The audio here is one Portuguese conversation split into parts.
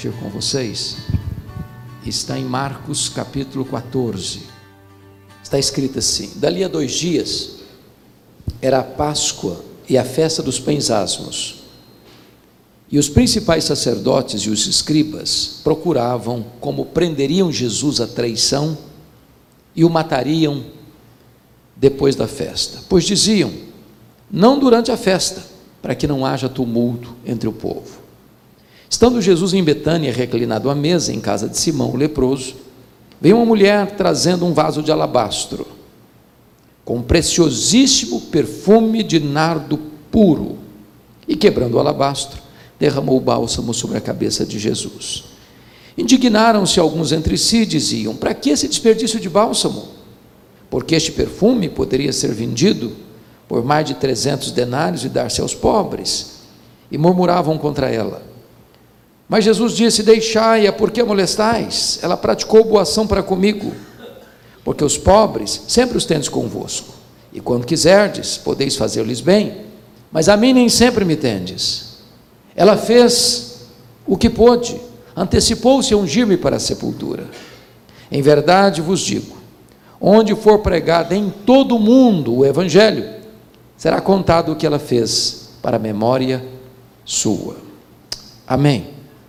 compartilhar com vocês está em Marcos capítulo 14. Está escrito assim: dali a 2 dias era a Páscoa e a festa dos pães asmos, e os principais sacerdotes e os escribas procuravam como prenderiam Jesus à traição e o matariam depois da festa, pois diziam: não durante a festa, para que não haja tumulto entre o povo. Estando Jesus em Betânia, reclinado à mesa em casa de Simão, o leproso, veio uma mulher trazendo um vaso de alabastro, com preciosíssimo perfume de nardo puro, e quebrando o alabastro, derramou o bálsamo sobre a cabeça de Jesus. Indignaram-se alguns entre si e diziam: para que esse desperdício de bálsamo? Porque este perfume poderia ser vendido por mais de 300 denários e dar-se aos pobres. E murmuravam contra ela. Mas Jesus disse: deixai-a, porque a molestais? Ela praticou boa ação para comigo, porque os pobres sempre os tendes convosco, e quando quiserdes, podeis fazer-lhes bem, mas a mim nem sempre me tendes. Ela fez o que pôde, antecipou-se a ungir-me para a sepultura. Em verdade vos digo, onde for pregado em todo o mundo o evangelho, será contado o que ela fez para a memória sua. Amém.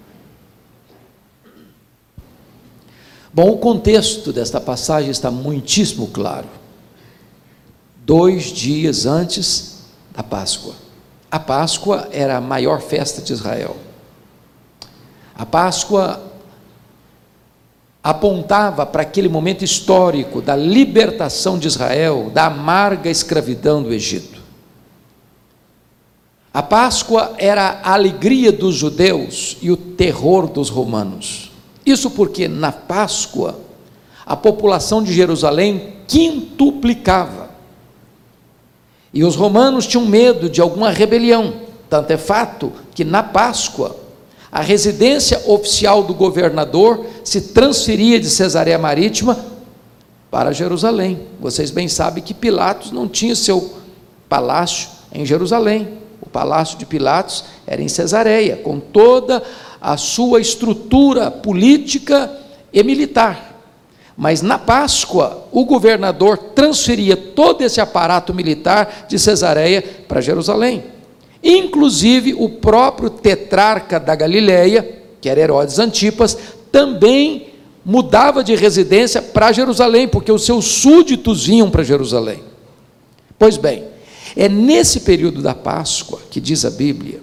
Bom, o contexto desta passagem está muitíssimo claro. 2 dias antes da Páscoa. A Páscoa era a maior festa de Israel. A Páscoa apontava para aquele momento histórico da libertação de Israel da amarga escravidão do Egito. A Páscoa era a alegria dos judeus e o terror dos romanos. Isso porque na Páscoa a população de Jerusalém quintuplicava, e os romanos tinham medo de alguma rebelião. Tanto é fato que na Páscoa a residência oficial do governador se transferia de Cesareia Marítima para Jerusalém. Vocês bem sabem que Pilatos não tinha seu palácio em Jerusalém. O palácio de Pilatos era em Cesareia, com toda a sua estrutura política e militar. Mas na Páscoa o governador transferia todo esse aparato militar de Cesareia para Jerusalém. Inclusive o próprio tetrarca da Galileia, que era Herodes Antipas, também mudava de residência para Jerusalém, porque os seus súditos vinham para Jerusalém. Pois bem, é nesse período da Páscoa que diz a Bíblia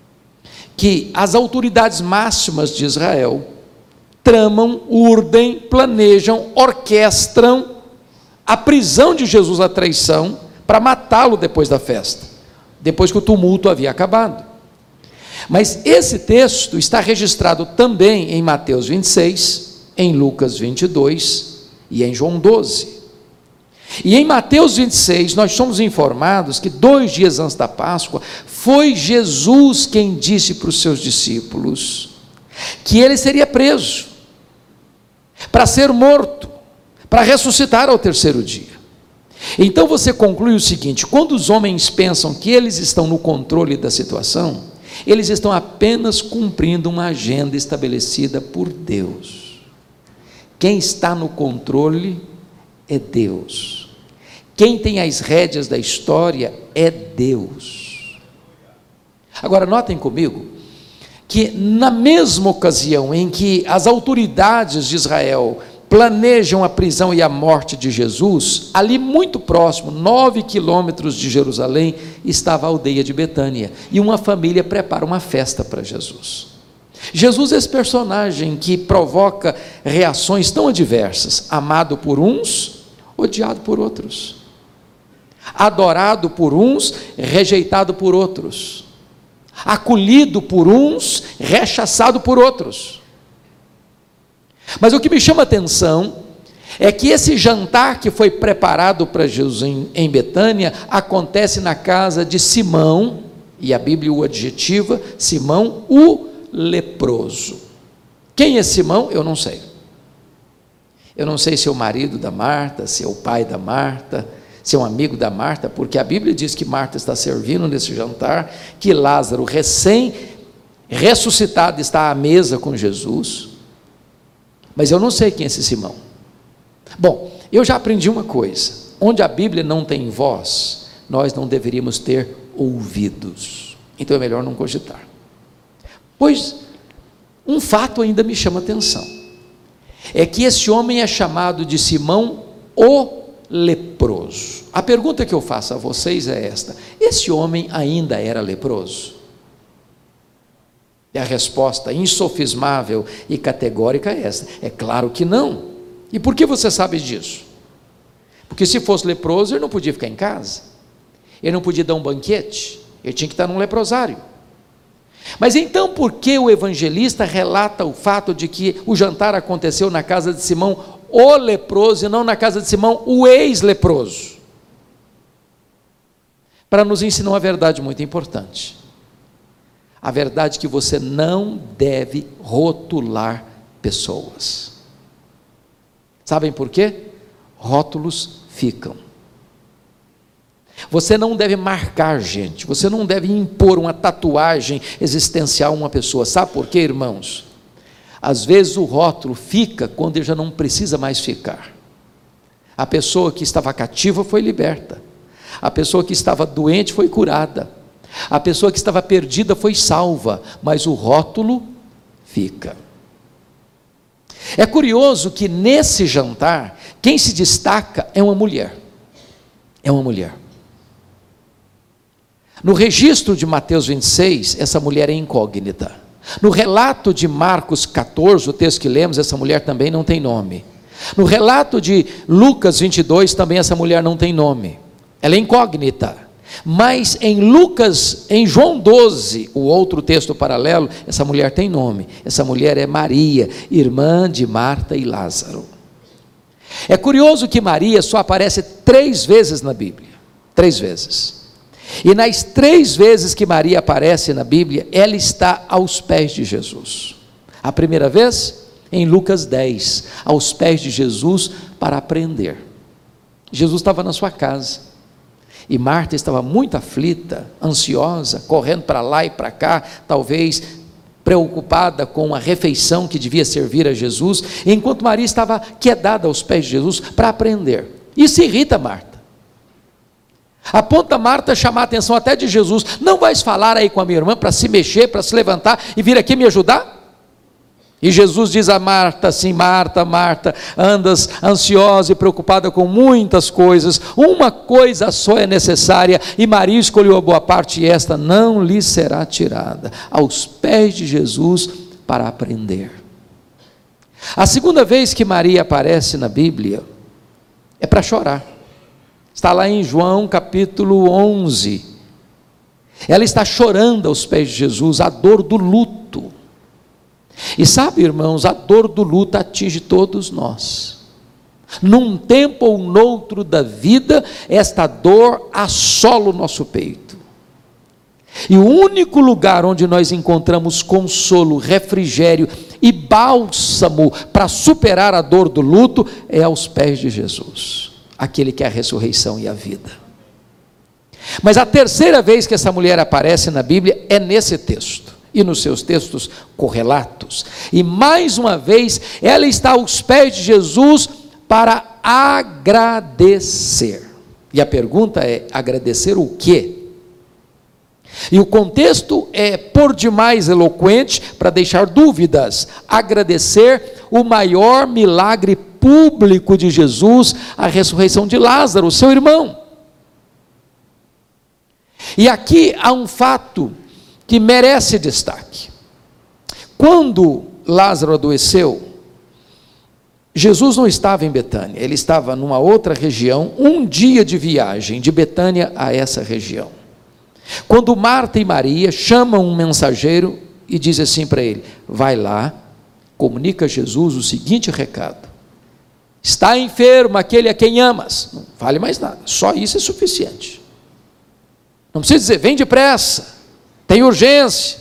que as autoridades máximas de Israel tramam, urdem, planejam, orquestram a prisão de Jesus à traição para matá-lo depois da festa, depois que o tumulto havia acabado. Mas esse texto está registrado também em Mateus 26, em Lucas 22 e em João 12. E em Mateus 26, nós somos informados que 2 dias antes da Páscoa, foi Jesus quem disse para os seus discípulos que ele seria preso, para ser morto, para ressuscitar ao 3º dia. Então você conclui o seguinte: quando os homens pensam que eles estão no controle da situação, eles estão apenas cumprindo uma agenda estabelecida por Deus. Quem está no controle é Deus. Quem tem as rédeas da história é Deus. Agora notem comigo que na mesma ocasião em que as autoridades de Israel planejam a prisão e a morte de Jesus, ali muito próximo, 9 quilômetros de Jerusalém, estava a aldeia de Betânia, e uma família prepara uma festa para Jesus. Jesus é esse personagem que provoca reações tão adversas: amado por uns, odiado por outros, adorado por uns, rejeitado por outros, acolhido por uns, rechaçado por outros. Mas o que me chama a atenção é que esse jantar que foi preparado para Jesus em Betânia acontece na casa de Simão, e a Bíblia o adjetiva Simão o leproso. Quem é Simão? Eu não sei. Eu não sei se é o marido da Marta, se é o pai da Marta, se é um amigo da Marta, porque a Bíblia diz que Marta está servindo nesse jantar, que Lázaro recém ressuscitado, está à mesa com Jesus, mas eu não sei quem é esse Simão. Bom, eu já aprendi uma coisa: onde a Bíblia não tem voz, nós não deveríamos ter ouvidos, então é melhor não cogitar. Pois um fato ainda me chama a atenção, é que esse homem é chamado de Simão o leproso. A pergunta que eu faço a vocês é esta: esse homem ainda era leproso? E a resposta insofismável e categórica é esta: é claro que não. E por que você sabe disso? Porque se fosse leproso, ele não podia ficar em casa, ele não podia dar um banquete, ele tinha que estar num leprosário. Mas então por que o evangelista relata o fato de que o jantar aconteceu na casa de Simão o leproso e não na casa de Simão o ex-leproso? Para nos ensinar uma verdade muito importante, a verdade que você não deve rotular pessoas. Sabem por quê? Rótulos ficam. Você não deve marcar gente, você não deve impor uma tatuagem existencial a uma pessoa. Sabe por quê, irmãos? Às vezes o rótulo fica quando ele já não precisa mais ficar. A pessoa que estava cativa foi liberta, a pessoa que estava doente foi curada, a pessoa que estava perdida foi salva, mas o rótulo fica. É curioso que nesse jantar, quem se destaca é uma mulher. É uma mulher. No registro de Mateus 26, essa mulher é incógnita. No relato de Marcos 14, o texto que lemos, essa mulher também não tem nome. No relato de Lucas 22, também essa mulher não tem nome. Ela é incógnita. Mas em João 12, o outro texto paralelo, essa mulher tem nome. Essa mulher é Maria, irmã de Marta e Lázaro. É curioso que Maria só aparece 3 vezes na Bíblia. 3 vezes. E nas 3 vezes que Maria aparece na Bíblia, ela está aos pés de Jesus. A primeira vez, em Lucas 10, aos pés de Jesus para aprender. Jesus estava na sua casa, e Marta estava muito aflita, ansiosa, correndo para lá e para cá, talvez preocupada com a refeição que devia servir a Jesus, enquanto Maria estava quedada aos pés de Jesus para aprender. Isso irrita Marta. Aponta Marta a chamar a atenção até de Jesus: não vais falar aí com a minha irmã para se mexer, para se levantar e vir aqui me ajudar? E Jesus diz a Marta assim: Marta, Marta, andas ansiosa e preocupada com muitas coisas, uma coisa só é necessária, e Maria escolheu a boa parte, e esta não lhe será tirada. Aos pés de Jesus para aprender. A segunda vez que Maria aparece na Bíblia é para chorar. Está lá em João capítulo 11, ela está chorando aos pés de Jesus, a dor do luto. E sabe, irmãos, a dor do luto atinge todos nós. Num tempo ou noutro da vida, esta dor assola o nosso peito. E o único lugar onde nós encontramos consolo, refrigério e bálsamo para superar a dor do luto é aos pés de Jesus, aquele que é a ressurreição e a vida. Mas a terceira vez que essa mulher aparece na Bíblia é nesse texto, e nos seus textos correlatos, e mais uma vez ela está aos pés de Jesus para agradecer. E a pergunta é: agradecer o quê? E o contexto é por demais eloquente para deixar dúvidas. Agradecer o maior milagre público de Jesus, a ressurreição de Lázaro, seu irmão. E aqui há um fato que merece destaque. Quando Lázaro adoeceu, Jesus não estava em Betânia, ele estava numa outra região, um dia de viagem de Betânia a essa região. Quando Marta e Maria chamam um mensageiro e dizem assim para ele: vai lá, comunica a Jesus o seguinte recado: está enfermo aquele a quem amas. Não vale mais nada, só isso é suficiente. Não precisa dizer: vem depressa, tem urgência,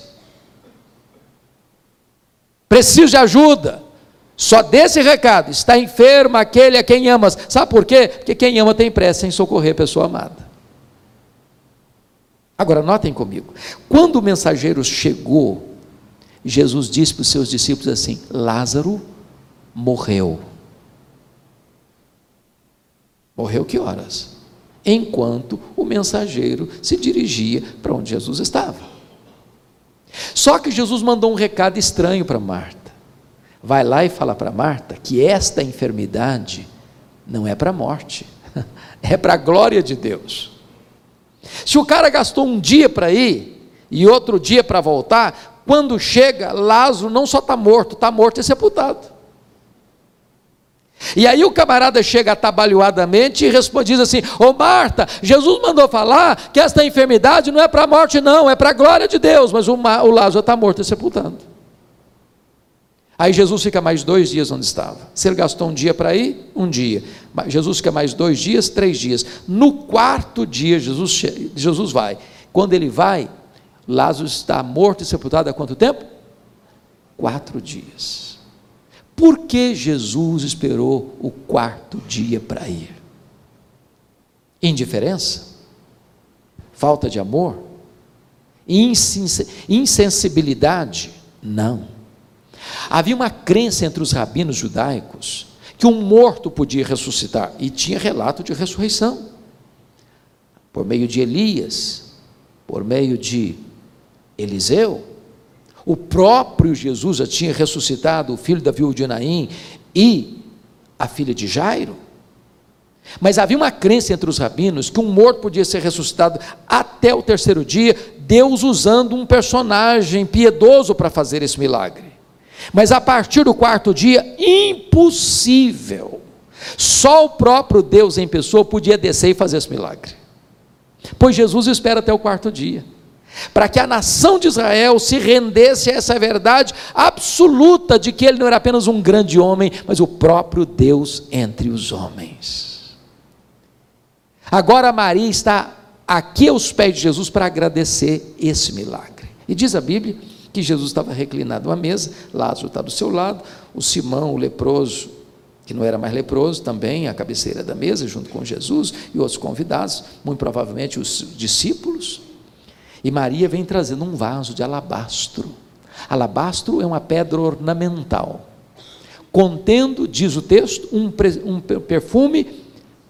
preciso de ajuda. Só desse recado: está enfermo aquele a quem amas. Sabe por quê? Porque quem ama tem pressa em socorrer a pessoa amada. Agora notem comigo, quando o mensageiro chegou, Jesus disse para os seus discípulos assim: Lázaro morreu. Morreu que horas? Enquanto o mensageiro se dirigia para onde Jesus estava. Só que Jesus mandou um recado estranho para Marta. Vai lá e fala para Marta que esta enfermidade não é para a morte, é para a glória de Deus. Se o cara gastou um dia para ir e outro dia para voltar, quando chega, Lázaro não só está morto e sepultado. E aí o camarada chega atabalhoadamente e diz assim: ô Marta, Jesus mandou falar que esta enfermidade não é para a morte não, é para a glória de Deus, mas o Lázaro está morto e sepultado. Aí Jesus fica mais 2 dias onde estava. Se ele gastou um dia para ir, um dia. Jesus fica mais 2 dias, 3 dias. No 4º dia Jesus vai. Quando ele vai, Lázaro está morto e sepultado há quanto tempo? 4 dias. Por que Jesus esperou o 4º dia para ir? Indiferença? Falta de amor? Insensibilidade? Não. Havia uma crença entre os rabinos judaicos que um morto podia ressuscitar, e tinha relato de ressurreição, por meio de Elias, por meio de Eliseu. O próprio Jesus já tinha ressuscitado o filho da viúva de Naim e a filha de Jairo. Mas havia uma crença entre os rabinos que um morto podia ser ressuscitado até o 3º dia, Deus usando um personagem piedoso para fazer esse milagre. Mas a partir do 4º dia, impossível. Só o próprio Deus em pessoa podia descer e fazer esse milagre. Pois Jesus espera até o 4º dia, para que a nação de Israel se rendesse a essa verdade absoluta de que ele não era apenas um grande homem, mas o próprio Deus entre os homens. Agora Maria está aqui aos pés de Jesus para agradecer esse milagre. E diz a Bíblia que Jesus estava reclinado à mesa, Lázaro está do seu lado, o Simão, o leproso, que não era mais leproso, também à cabeceira da mesa, junto com Jesus e outros convidados, muito provavelmente os discípulos. E Maria vem trazendo um vaso de alabastro. Alabastro é uma pedra ornamental, contendo, diz o texto, um perfume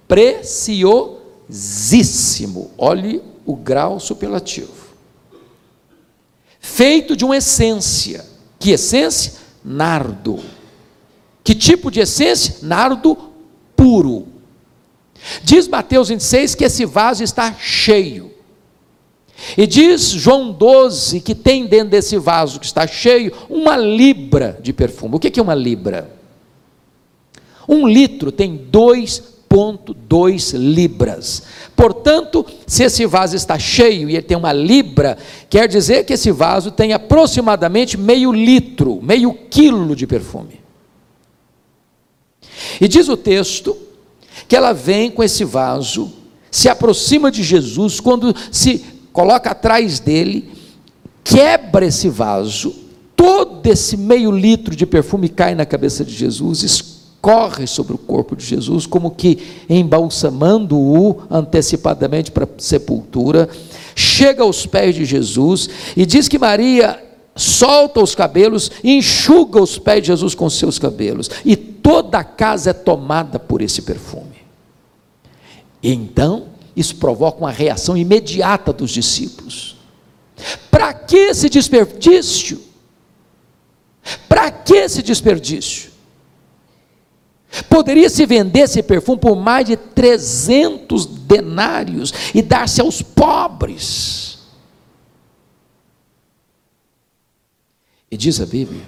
preciosíssimo. Olhe o grau superlativo. Feito de uma essência. Que essência? Nardo. Que tipo de essência? Nardo puro. Diz Mateus 26 que esse vaso está cheio. E diz João 12 que tem dentro desse vaso que está cheio 1 libra de perfume. O que é 1 libra? 1 litro tem 2,2 libras. Portanto, se esse vaso está cheio e ele tem 1 libra, quer dizer que esse vaso tem aproximadamente meio litro, meio quilo de perfume. E diz o texto que ela vem com esse vaso, se aproxima de Jesus, quando se coloca atrás dele, quebra esse vaso, todo esse meio litro de perfume cai na cabeça de Jesus, escorre sobre o corpo de Jesus, como que embalsamando-o antecipadamente para a sepultura, chega aos pés de Jesus, e diz que Maria solta os cabelos, enxuga os pés de Jesus com seus cabelos, e toda a casa é tomada por esse perfume. E então, isso provoca uma reação imediata dos discípulos. Para que esse desperdício? Para que esse desperdício? Poderia-se vender esse perfume por mais de 300 denários e dar-se aos pobres. E diz a Bíblia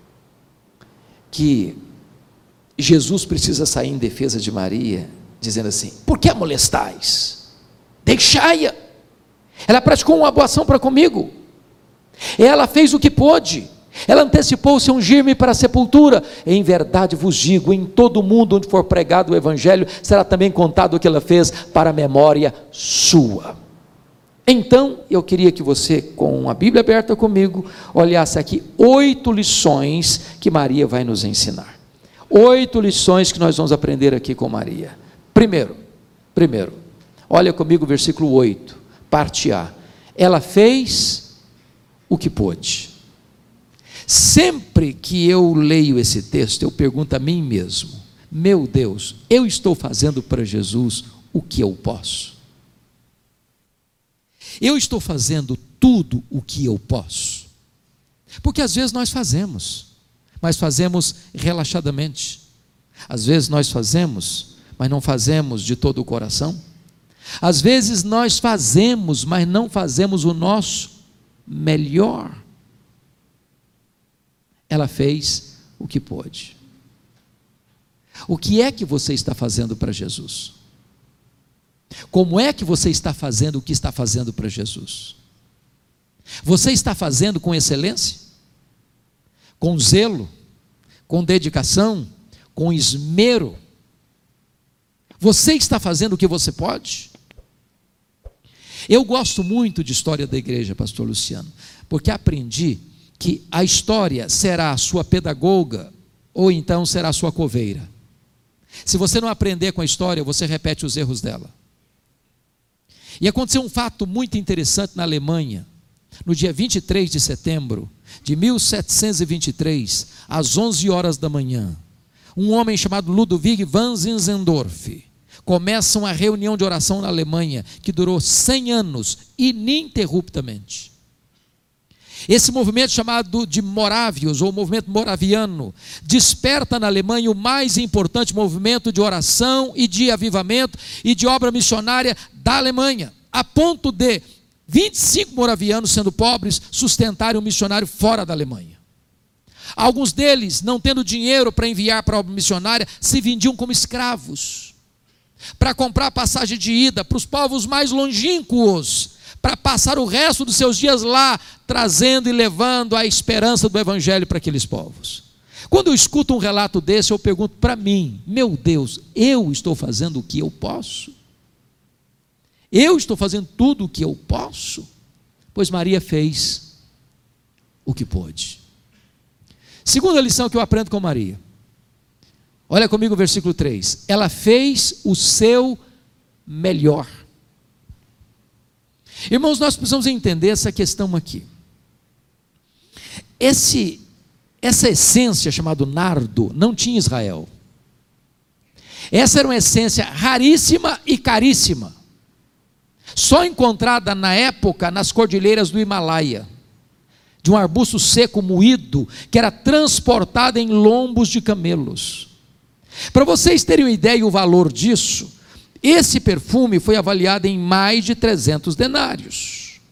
que Jesus precisa sair em defesa de Maria, dizendo assim: por que a molestais? Deixai-a, ela praticou uma boa ação para comigo, ela fez o que pôde, ela antecipou-se a ungir-me para a sepultura. Em verdade vos digo, em todo o mundo onde for pregado o Evangelho, será também contado o que ela fez para a memória sua. Então, eu queria que você, com a Bíblia aberta comigo, olhasse aqui 8 lições que Maria vai nos ensinar. 8 lições que nós vamos aprender aqui com Maria. Primeiro, olha comigo o versículo 8, parte A. Ela fez o que pôde. Sempre que eu leio esse texto, eu pergunto a mim mesmo: meu Deus, eu estou fazendo para Jesus o que eu posso? Eu estou fazendo tudo o que eu posso? Porque às vezes nós fazemos, mas fazemos relaxadamente. Às vezes nós fazemos, mas não fazemos de todo o coração. Às vezes nós fazemos, mas não fazemos o nosso melhor. Ela fez o que pôde. O que é que você está fazendo para Jesus? Como é que você está fazendo o que está fazendo para Jesus? Você está fazendo com excelência? Com zelo? Com dedicação? Com esmero? Você está fazendo o que você pode? Eu gosto muito de história da igreja, pastor Luciano, porque aprendi que a história será a sua pedagoga, ou então será a sua coveira. Se você não aprender com a história, você repete os erros dela. E aconteceu um fato muito interessante na Alemanha, no dia 23 de setembro de 1723, às 11 horas da manhã. Um homem chamado Ludwig van Zinzendorf começa uma reunião de oração na Alemanha, que durou 100 anos, ininterruptamente. Esse movimento chamado de Morávios, ou movimento moraviano, desperta na Alemanha o mais importante movimento de oração e de avivamento e de obra missionária da Alemanha, a ponto de 25 moravianos, sendo pobres, sustentarem um missionário fora da Alemanha. Alguns deles, não tendo dinheiro para enviar para a obra missionária, se vendiam como escravos, para comprar passagem de ida para os povos mais longínquos, para passar o resto dos seus dias lá, trazendo e levando a esperança do evangelho para aqueles povos. Quando eu escuto um relato desse, eu pergunto para mim: meu Deus, eu estou fazendo o que eu posso? Eu estou fazendo tudo o que eu posso? Pois Maria fez o que pôde. Segunda lição que eu aprendo com Maria, olha comigo o versículo 3, ela fez o seu melhor. Irmãos, nós precisamos entender essa questão aqui. Essa essência chamada nardo não tinha Israel. Essa era uma essência raríssima e caríssima, só encontrada na época nas cordilheiras do Himalaia, de um arbusto seco moído, que era transportado em lombos de camelos. Para vocês terem uma ideia e o valor disso, esse perfume foi avaliado em mais de 300 denários.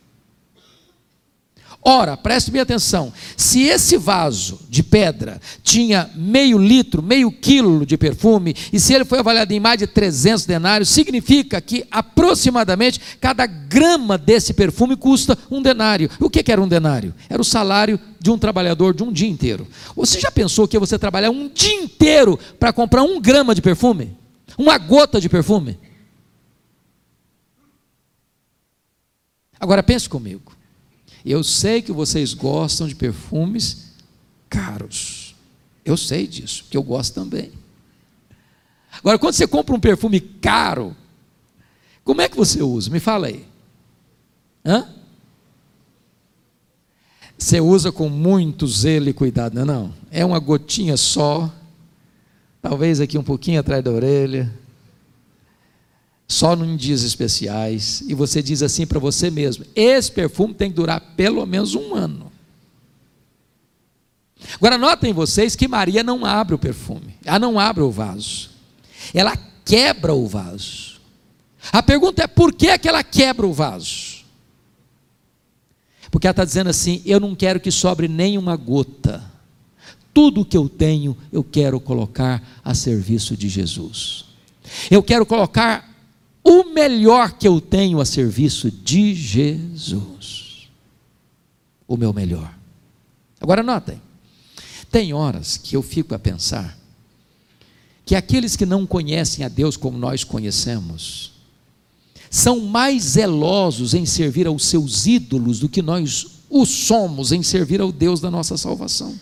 Ora, preste bem atenção, se esse vaso de pedra tinha meio litro, meio quilo de perfume, e se ele foi avaliado em mais de 300 denários, significa que aproximadamente cada grama desse perfume custa um denário. O que era um denário? Era o salário de um trabalhador de um dia inteiro. Você já pensou que você trabalhar um dia inteiro para comprar 1 grama de perfume? Uma gota de perfume? Agora pense comigo. Eu sei que vocês gostam de perfumes caros. Eu sei disso, porque eu gosto também. Agora, quando você compra um perfume caro, como é que você usa? Me fala aí. Você usa com muito zelo e cuidado, não é não? É uma gotinha só, talvez aqui um pouquinho atrás da orelha, só em dias especiais, e você diz assim para você mesmo: esse perfume tem que durar pelo menos 1 ano. Agora notem vocês que Maria não abre o perfume, ela não abre o vaso, ela quebra o vaso. A pergunta é: por que ela quebra o vaso? Porque ela está dizendo assim: eu não quero que sobre nenhuma gota, tudo que eu tenho eu quero colocar a serviço de Jesus, eu quero colocar o melhor que eu tenho a serviço de Jesus, o meu melhor. Agora notem, tem horas que eu fico a pensar que aqueles que não conhecem a Deus como nós conhecemos, são mais zelosos em servir aos seus ídolos do que nós o somos em servir ao Deus da nossa salvação.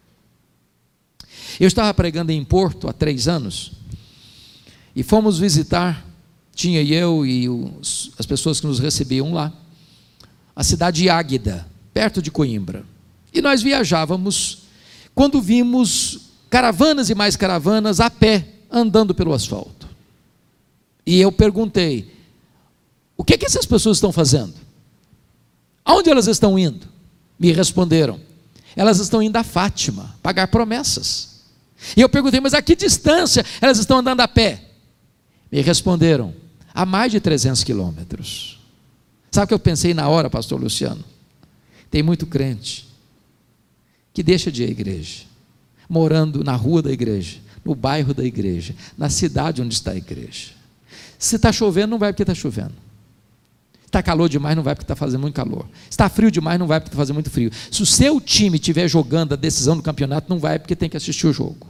Eu estava pregando em Porto há 3 anos, e fomos visitar, tinha eu e as pessoas que nos recebiam lá, a cidade de Águeda, perto de Coimbra. E nós viajávamos, quando vimos caravanas e mais caravanas a pé, andando pelo asfalto. E eu perguntei: o que essas pessoas estão fazendo? Aonde elas estão indo? Me responderam: elas estão indo a Fátima, pagar promessas. E eu perguntei: mas a que distância elas estão andando a pé? Me responderam: a mais de 300 quilômetros. Sabe o que eu pensei na hora, pastor Luciano? Tem muito crente que deixa de ir à igreja, morando na rua da igreja, no bairro da igreja, na cidade onde está a igreja. Se está chovendo, não vai porque está chovendo. Está calor demais, não vai porque está fazendo muito calor. Está frio demais, não vai porque está fazendo muito frio. Se o seu time estiver jogando a decisão do campeonato, não vai porque tem que assistir o jogo.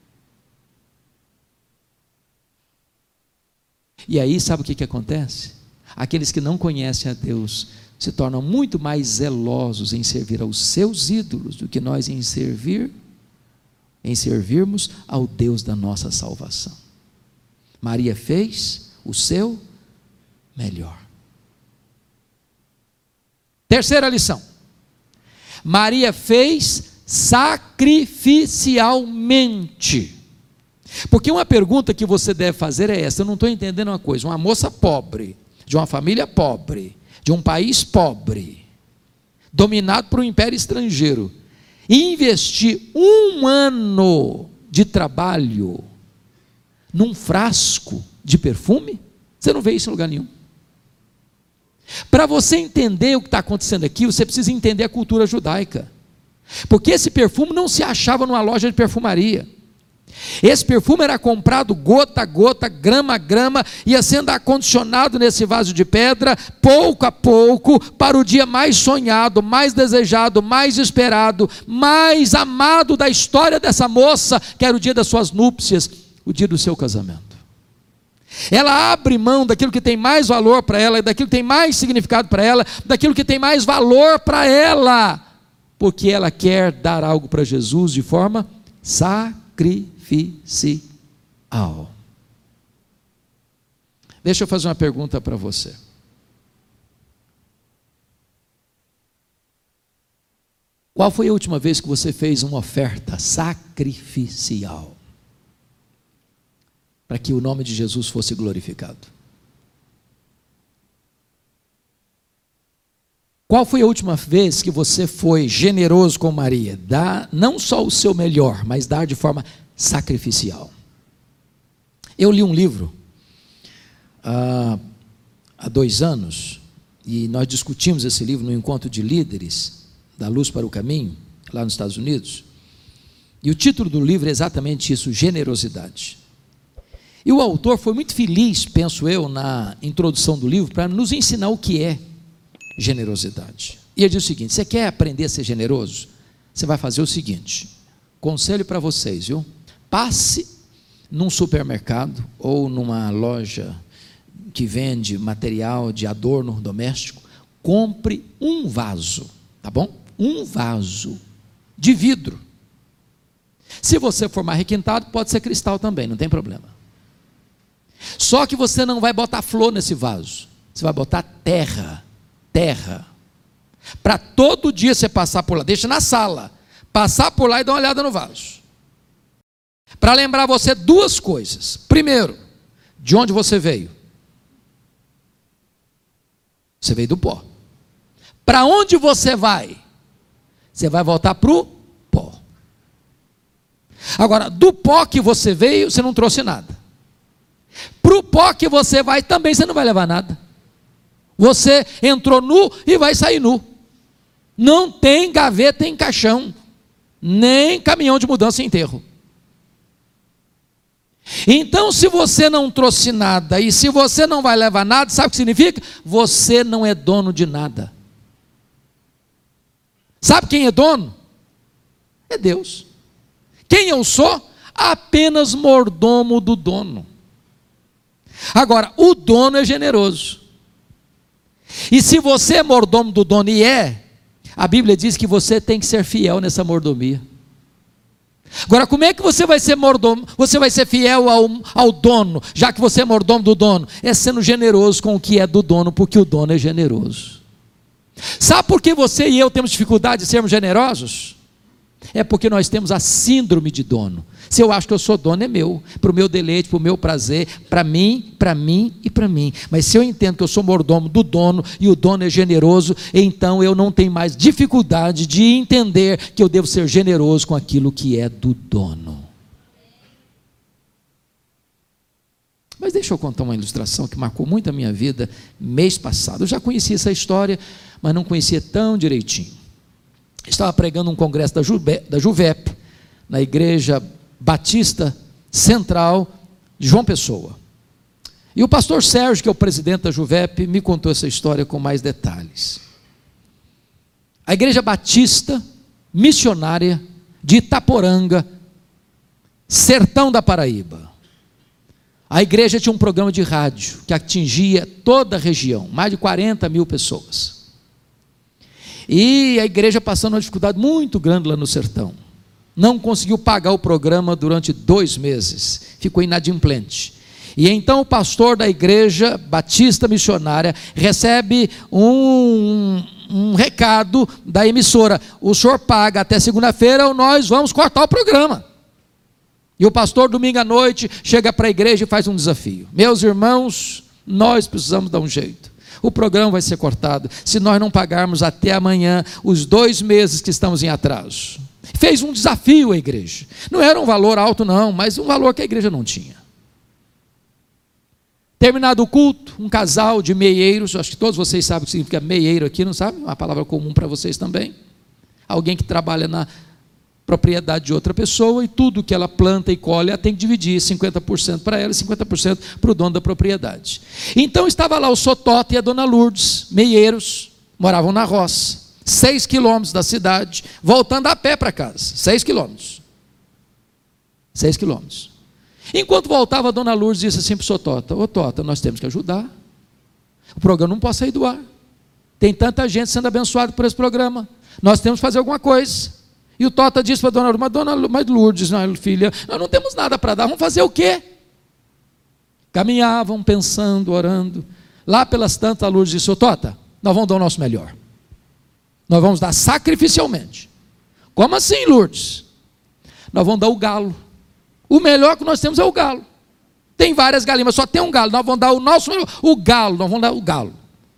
E aí, sabe o que acontece? Aqueles que não conhecem a Deus se tornam muito mais zelosos em servir aos seus ídolos do que nós em servirmos ao Deus da nossa salvação. Maria fez o seu melhor. Terceira lição: Maria fez sacrificialmente. Porque uma pergunta que você deve fazer é essa: eu não estou entendendo uma coisa. Uma moça pobre, de uma família pobre, de um país pobre, dominado por um império estrangeiro, investir 1 ano de trabalho num frasco de perfume? Você não vê isso em lugar nenhum. Para você entender o que está acontecendo aqui, você precisa entender a cultura judaica, porque esse perfume não se achava numa loja de perfumaria. Esse perfume era comprado gota a gota, grama a grama, ia sendo acondicionado nesse vaso de pedra, pouco a pouco, para o dia mais sonhado, mais desejado, mais esperado, mais amado da história dessa moça, que era o dia das suas núpcias, o dia do seu casamento. Ela abre mão daquilo que tem mais valor para ela, daquilo que tem mais significado para ela, daquilo que tem mais valor para ela, porque ela quer dar algo para Jesus de forma sacrificial. Deixa eu fazer uma pergunta para você. Qual foi a última vez que você fez uma oferta sacrificial para que o nome de Jesus fosse glorificado? Qual foi a última vez que você foi generoso com Maria? Dar não só o seu melhor, mas dar de forma sacrificial. Eu li um livro há 2 anos, e nós discutimos esse livro no encontro de líderes da Luz para o Caminho, lá nos Estados Unidos, e o título do livro é exatamente isso: generosidade. E o autor foi muito feliz, penso eu, na introdução do livro, para nos ensinar o que é generosidade. E ele diz o seguinte: você quer aprender a ser generoso? Você vai fazer o seguinte, conselho para vocês, viu? Passe num supermercado ou numa loja que vende material de adorno doméstico, compre um vaso, tá bom? Um vaso de vidro. Se você for mais requintado, pode ser cristal também, não tem problema. Só que você não vai botar flor nesse vaso, você vai botar terra, para todo dia você passar por lá, deixa na sala, passar por lá e dar uma olhada no vaso, para lembrar você 2 coisas. Primeiro, de onde você veio? Você veio do pó. Para onde você vai? Você vai voltar para o pó. Agora, do pó que você veio, você não trouxe nada. Para o pó que você vai, também você não vai levar nada. Você entrou nu e vai sair nu. Não tem gaveta em caixão, nem caminhão de mudança em enterro. Então, se você não trouxe nada, e se você não vai levar nada, sabe o que significa? Você não é dono de nada. Sabe quem é dono? É Deus. Quem eu sou? Apenas mordomo do dono. Agora, o dono é generoso. E se você é mordomo do dono, e a Bíblia diz que você tem que ser fiel nessa mordomia. Agora, como é que você vai ser mordomo? Você vai ser fiel ao dono, já que você é mordomo do dono? É sendo generoso com o que é do dono, porque o dono é generoso. Sabe por que você e eu temos dificuldade de sermos generosos? É porque nós temos a síndrome de dono. Se eu acho que eu sou dono, é meu, para o meu deleite, para o meu prazer, para mim e para mim. Mas se eu entendo que eu sou mordomo do dono e o dono é generoso, então eu não tenho mais dificuldade de entender que eu devo ser generoso com aquilo que é do dono. Mas deixa eu contar uma ilustração que marcou muito a minha vida mês passado. Eu já conhecia essa história, mas não conhecia tão direitinho. Estava pregando um congresso da Juvep, na Igreja Batista Central de João Pessoa. E o pastor Sérgio, que é o presidente da Juvep, me contou essa história com mais detalhes. A Igreja Batista Missionária de Itaporanga, sertão da Paraíba. A igreja tinha um programa de rádio que atingia toda a região, mais de 40 mil pessoas. E a igreja passando uma dificuldade muito grande lá no sertão. Não conseguiu pagar o programa durante 2 meses, ficou inadimplente. E então o pastor da Igreja Batista Missionária recebe um recado da emissora: o senhor paga até segunda-feira ou nós vamos cortar o programa. E o pastor, domingo à noite, chega para a igreja e faz um desafio: meus irmãos, nós precisamos dar um jeito, o programa vai ser cortado, se nós não pagarmos até amanhã os 2 meses que estamos em atraso. Fez um desafio à igreja, não era um valor alto não, mas um valor que a igreja não tinha. Terminado o culto, um casal de meieiros, acho que todos vocês sabem o que significa meieiro aqui, não sabe? Uma palavra comum para vocês também. Alguém que trabalha na propriedade de outra pessoa e tudo que ela planta e colhe, ela tem que dividir 50% para ela e 50% para o dono da propriedade. Então estava lá o Sotota e a dona Lourdes, meieiros, moravam na roça, 6 quilômetros da cidade, voltando a pé para casa, 6 quilômetros. 6 quilômetros. Enquanto voltava, a dona Lourdes disse assim para o Sotota: ô Tota, nós temos que ajudar, o programa não pode sair do ar, tem tanta gente sendo abençoada por esse programa, nós temos que fazer alguma coisa. E o Tota disse para a dona Lourdes: mas Lourdes, não, filha, nós não temos nada para dar, vamos fazer o quê? Caminhavam, pensando, orando. Lá pelas tantas, a Lourdes disse: ô Tota, nós vamos dar o nosso melhor, nós vamos dar sacrificialmente. Como assim, Lourdes? Nós vamos dar o galo, o melhor que nós temos é o galo. Tem várias galinhas, mas só tem um galo, nós vamos dar o nosso melhor, o galo, nós vamos dar o galo.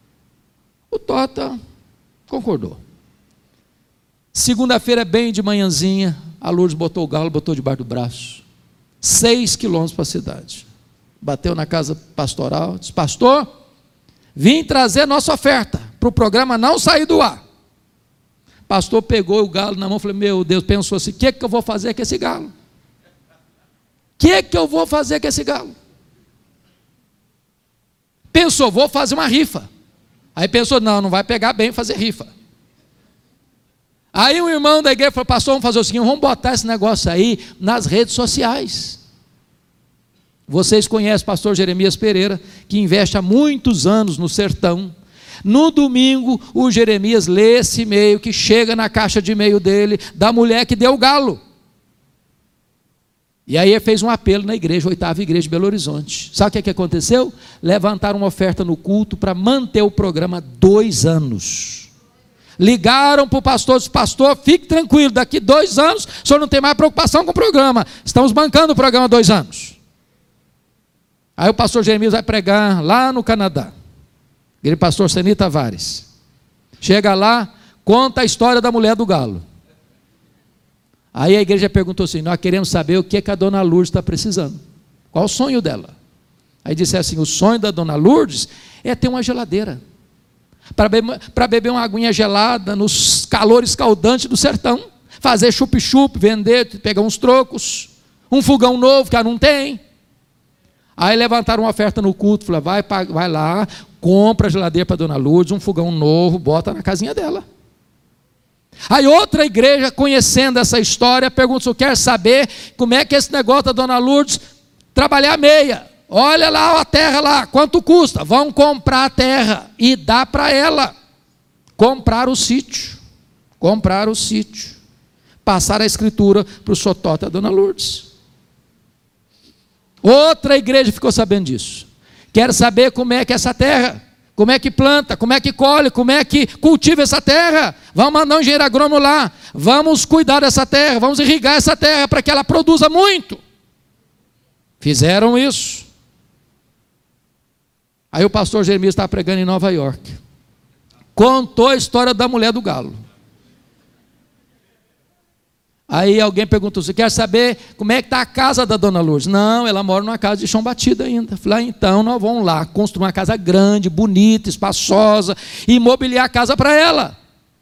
O Tota concordou. Segunda-feira, bem de manhãzinha, a Lourdes botou o galo, botou debaixo do braço, 6 quilômetros para a cidade, bateu na casa pastoral, disse: pastor, vim trazer nossa oferta, para o programa não sair do ar. Pastor pegou o galo na mão e falou: meu Deus, pensou assim: o que eu vou fazer com esse galo? O que eu vou fazer com esse galo? Pensou: vou fazer uma rifa. Aí pensou: não vai pegar bem fazer rifa. Aí um irmão da igreja falou: pastor, vamos fazer o seguinte, vamos botar esse negócio aí nas redes sociais. Vocês conhecem o pastor Jeremias Pereira, que investe há muitos anos no sertão. No domingo, o Jeremias lê esse e-mail que chega na caixa de e-mail dele, da mulher que deu o galo. E aí ele fez um apelo na igreja, 8ª igreja de Belo Horizonte. Sabe o que aconteceu? Levantaram uma oferta no culto para manter o programa 2 anos. Ligaram para o pastor, disse: pastor, fique tranquilo, daqui 2 anos o senhor não tem mais preocupação com o programa, estamos bancando o programa 2 anos. Aí o pastor Jeremias vai pregar lá no Canadá, aquele pastor Seni Tavares, chega lá, conta a história da mulher do galo. Aí a igreja perguntou assim: nós queremos saber o que a dona Lourdes está precisando, qual o sonho dela? Aí disse assim: o sonho da dona Lourdes é ter uma geladeira, para beber uma aguinha gelada nos calores escaldantes do sertão, fazer chup-chup, vender, pegar uns trocos, um fogão novo que ela não tem. Aí levantaram uma oferta no culto, falaram: vai lá, compra a geladeira para a dona Lourdes, um fogão novo, bota na casinha dela. Aí outra igreja, conhecendo essa história, pergunta: se quer saber como é que é esse negócio da dona Lourdes trabalhar meia? Olha lá a terra lá, quanto custa? Vão comprar a terra e dá para ela. Comprar o sítio. Passar a escritura para o Sotota e a dona Lourdes. Outra igreja ficou sabendo disso. Quer saber como é que é essa terra? como é que planta, como é que colhe, como é que cultiva essa terra. Vamos mandar um engenheiro agrônomo lá, vamos cuidar dessa terra, vamos irrigar essa terra para que ela produza muito. Fizeram isso. Aí o pastor Jeremias estava pregando em Nova York, contou a história da mulher do galo. Aí alguém perguntou: você quer saber como é que está a casa da dona Lourdes? Não, ela mora numa casa de chão batido ainda. Falei: então nós vamos lá construir uma casa grande, bonita, espaçosa, e mobiliar a casa para ela.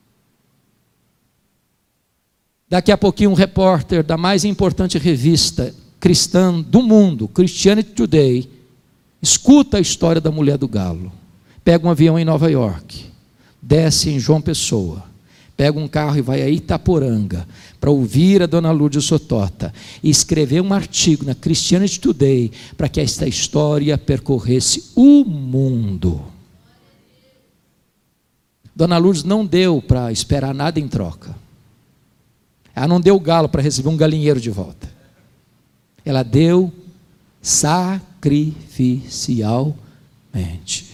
Daqui a pouquinho um repórter da mais importante revista cristã do mundo, Christianity Today, escuta a história da mulher do galo, pega um avião em Nova York, desce em João Pessoa, pega um carro e vai a Itaporanga para ouvir a dona Lourdes Sotota e escrever um artigo na Christianity Today para que esta história percorresse o mundo. Dona Lourdes não deu para esperar nada em troca. Ela não deu o galo para receber um galinheiro de volta. Ela deu sacrificialmente.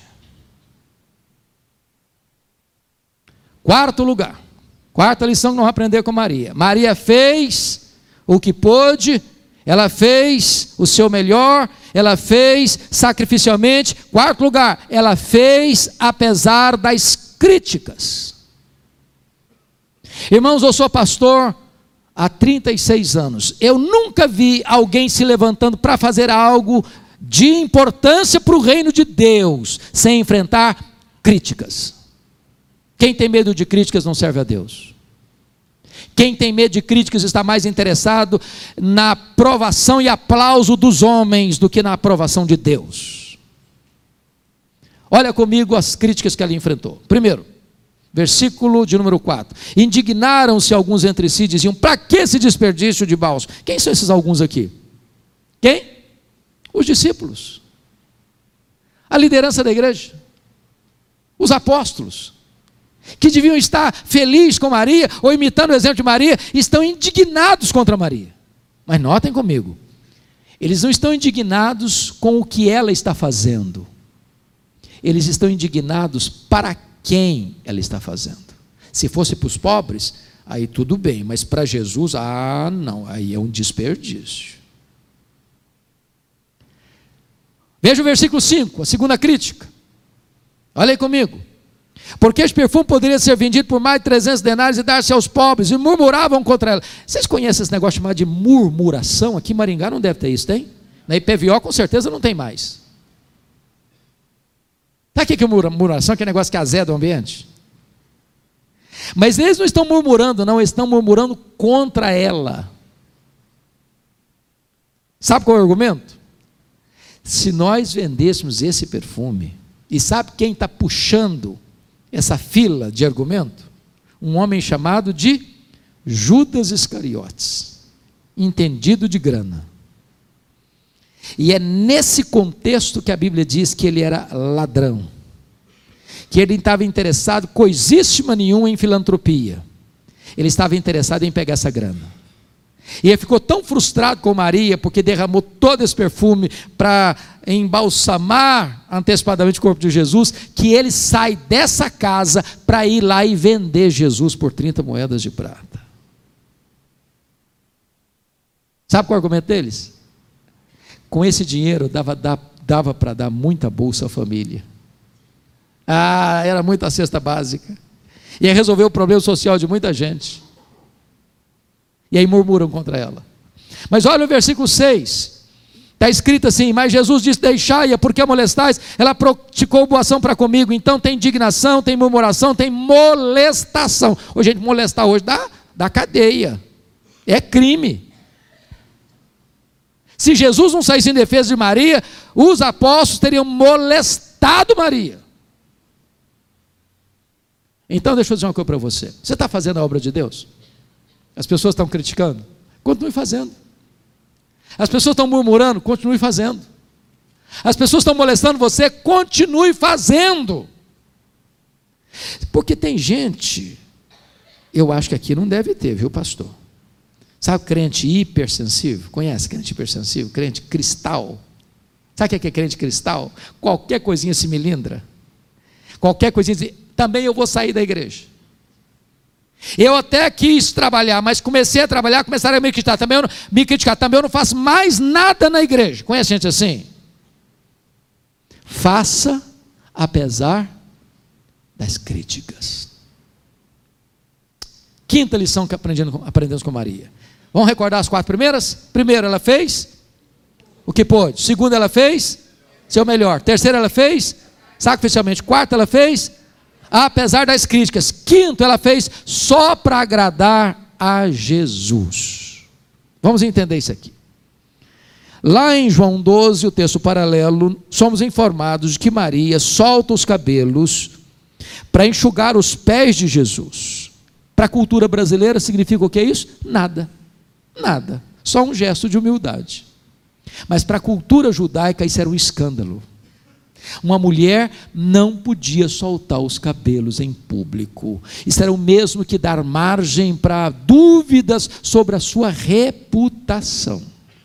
Quarto lugar, quarta lição que nós vamos aprender com Maria. Maria fez o que pôde, ela fez o seu melhor, ela fez sacrificialmente. Quarto lugar, ela fez apesar das críticas. Irmãos, eu sou pastor há 36 anos, eu nunca vi alguém se levantando para fazer algo de importância para o reino de Deus, sem enfrentar críticas. Quem tem medo de críticas não serve a Deus. Quem tem medo de críticas está mais interessado na aprovação e aplauso dos homens do que na aprovação de Deus. Olha comigo as críticas que ela enfrentou. Primeiro, versículo de número 4. Indignaram-se alguns entre si, diziam: para que esse desperdício de bálsamo? Quem são esses alguns aqui? Quem? Os discípulos, a liderança da igreja, os apóstolos, que deviam estar felizes com Maria, ou imitando o exemplo de Maria, estão indignados contra Maria. Mas notem comigo, eles não estão indignados com o que ela está fazendo, eles estão indignados para quem ela está fazendo. Se fosse para os pobres, aí tudo bem, mas para Jesus, não, aí é um desperdício. Veja o versículo 5, a segunda crítica. Olha aí comigo. Porque este perfume poderia ser vendido por mais de 300 denários e dar-se aos pobres, e murmuravam contra ela. Vocês conhecem esse negócio chamado de murmuração? Aqui em Maringá não deve ter isso, tem? Na IPVO com certeza não tem mais. Sabe o que é murmuração? Que é negócio que azeda o ambiente. Mas eles não estão murmurando, não, eles estão murmurando contra ela. Sabe qual é o argumento? Se nós vendêssemos esse perfume, e sabe quem está puxando essa fila de argumento? Um homem chamado de Judas Iscariotes, entendido de grana. E é nesse contexto que a Bíblia diz que ele era ladrão, que ele estava interessado coisíssima nenhuma em filantropia, ele estava interessado em pegar essa grana. E ele ficou tão frustrado com Maria, porque derramou todo esse perfume para embalsamar antecipadamente o corpo de Jesus, que ele sai dessa casa para ir lá e vender Jesus por 30 moedas de prata. Sabe qual é o argumento deles? Com esse dinheiro dava para dar muita bolsa à família. Era muita cesta básica. Ia resolver o problema social de muita gente. E aí murmuram contra ela. Mas olha o versículo 6. Está escrito assim: mas Jesus disse: deixai-a, porque a molestais, ela praticou boa ação para comigo. Então tem indignação, tem murmuração, tem molestação. Hoje, gente, molestar hoje dá cadeia. É crime. Se Jesus não saísse em defesa de Maria, os apóstolos teriam molestado Maria. Então deixa eu dizer uma coisa para você. Você está fazendo a obra de Deus? As pessoas estão criticando? Continue fazendo. As pessoas estão murmurando? Continue fazendo. As pessoas estão molestando você? Continue fazendo. Porque tem gente, eu acho que aqui não deve ter, viu, pastor? Sabe crente hipersensível? Conhece crente hipersensível? Crente cristal? Sabe o que é crente cristal? Qualquer coisinha se melindra. Qualquer coisinha, também eu vou sair da igreja. Eu até quis trabalhar, mas comecei a trabalhar, começaram a me criticar. Também eu não faço mais nada na igreja. Conhece gente assim? Faça apesar das críticas. Quinta lição que aprendemos com Maria. Vamos recordar as 4 primeiras? Primeiro, ela fez o que pôde. Segundo, ela fez seu melhor. Terceiro, ela fez sacrificialmente. Quarto, ela fez apesar das críticas. Quinto, ela fez só para agradar a Jesus. Vamos entender isso aqui. Lá em João 12, o texto paralelo, somos informados de que Maria solta os cabelos para enxugar os pés de Jesus. Para a cultura brasileira significa o que é isso? Nada, nada, só um gesto de humildade. Mas para a cultura judaica isso era um escândalo. Uma mulher não podia soltar os cabelos em público. Isso era o mesmo que dar margem para dúvidas sobre a sua reputação.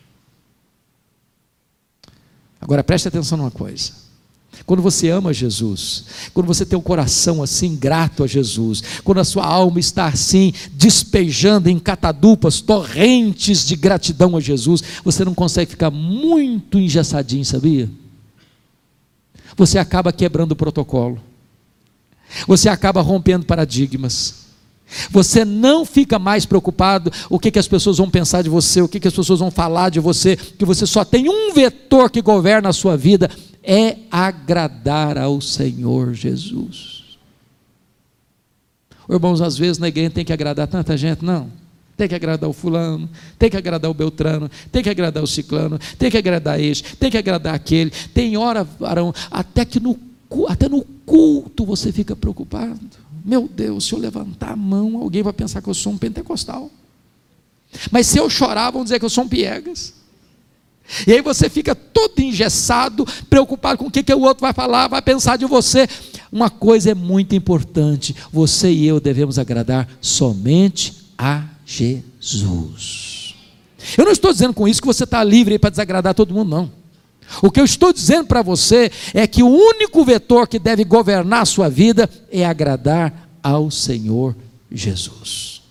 Agora preste atenção numa coisa. Quando você ama Jesus, quando você tem um coração assim grato a Jesus, quando a sua alma está assim despejando em catadupas, torrentes de gratidão a Jesus, você não consegue ficar muito engessadinho, sabia? Você acaba quebrando o protocolo, você acaba rompendo paradigmas, você não fica mais preocupado o que as pessoas vão pensar de você, o que as pessoas vão falar de você, que você só tem um vetor que governa a sua vida, é agradar ao Senhor Jesus. Irmãos, às vezes na igreja tem que agradar tanta gente, não, tem que agradar o fulano, tem que agradar o beltrano, tem que agradar o ciclano, tem que agradar este, tem que agradar aquele. Tem hora, varão, até no culto você fica preocupado. Meu Deus, se eu levantar a mão, alguém vai pensar que eu sou um pentecostal. Mas se eu chorar, vão dizer que eu sou um piegas. E aí você fica todo engessado, preocupado com o que o outro vai falar, vai pensar de você. Uma coisa é muito importante: você e eu devemos agradar somente a Jesus. Eu não estou dizendo com isso que você está livre para desagradar todo mundo, não. O que eu estou dizendo para você é que o único vetor que deve governar a sua vida é agradar ao Senhor Jesus.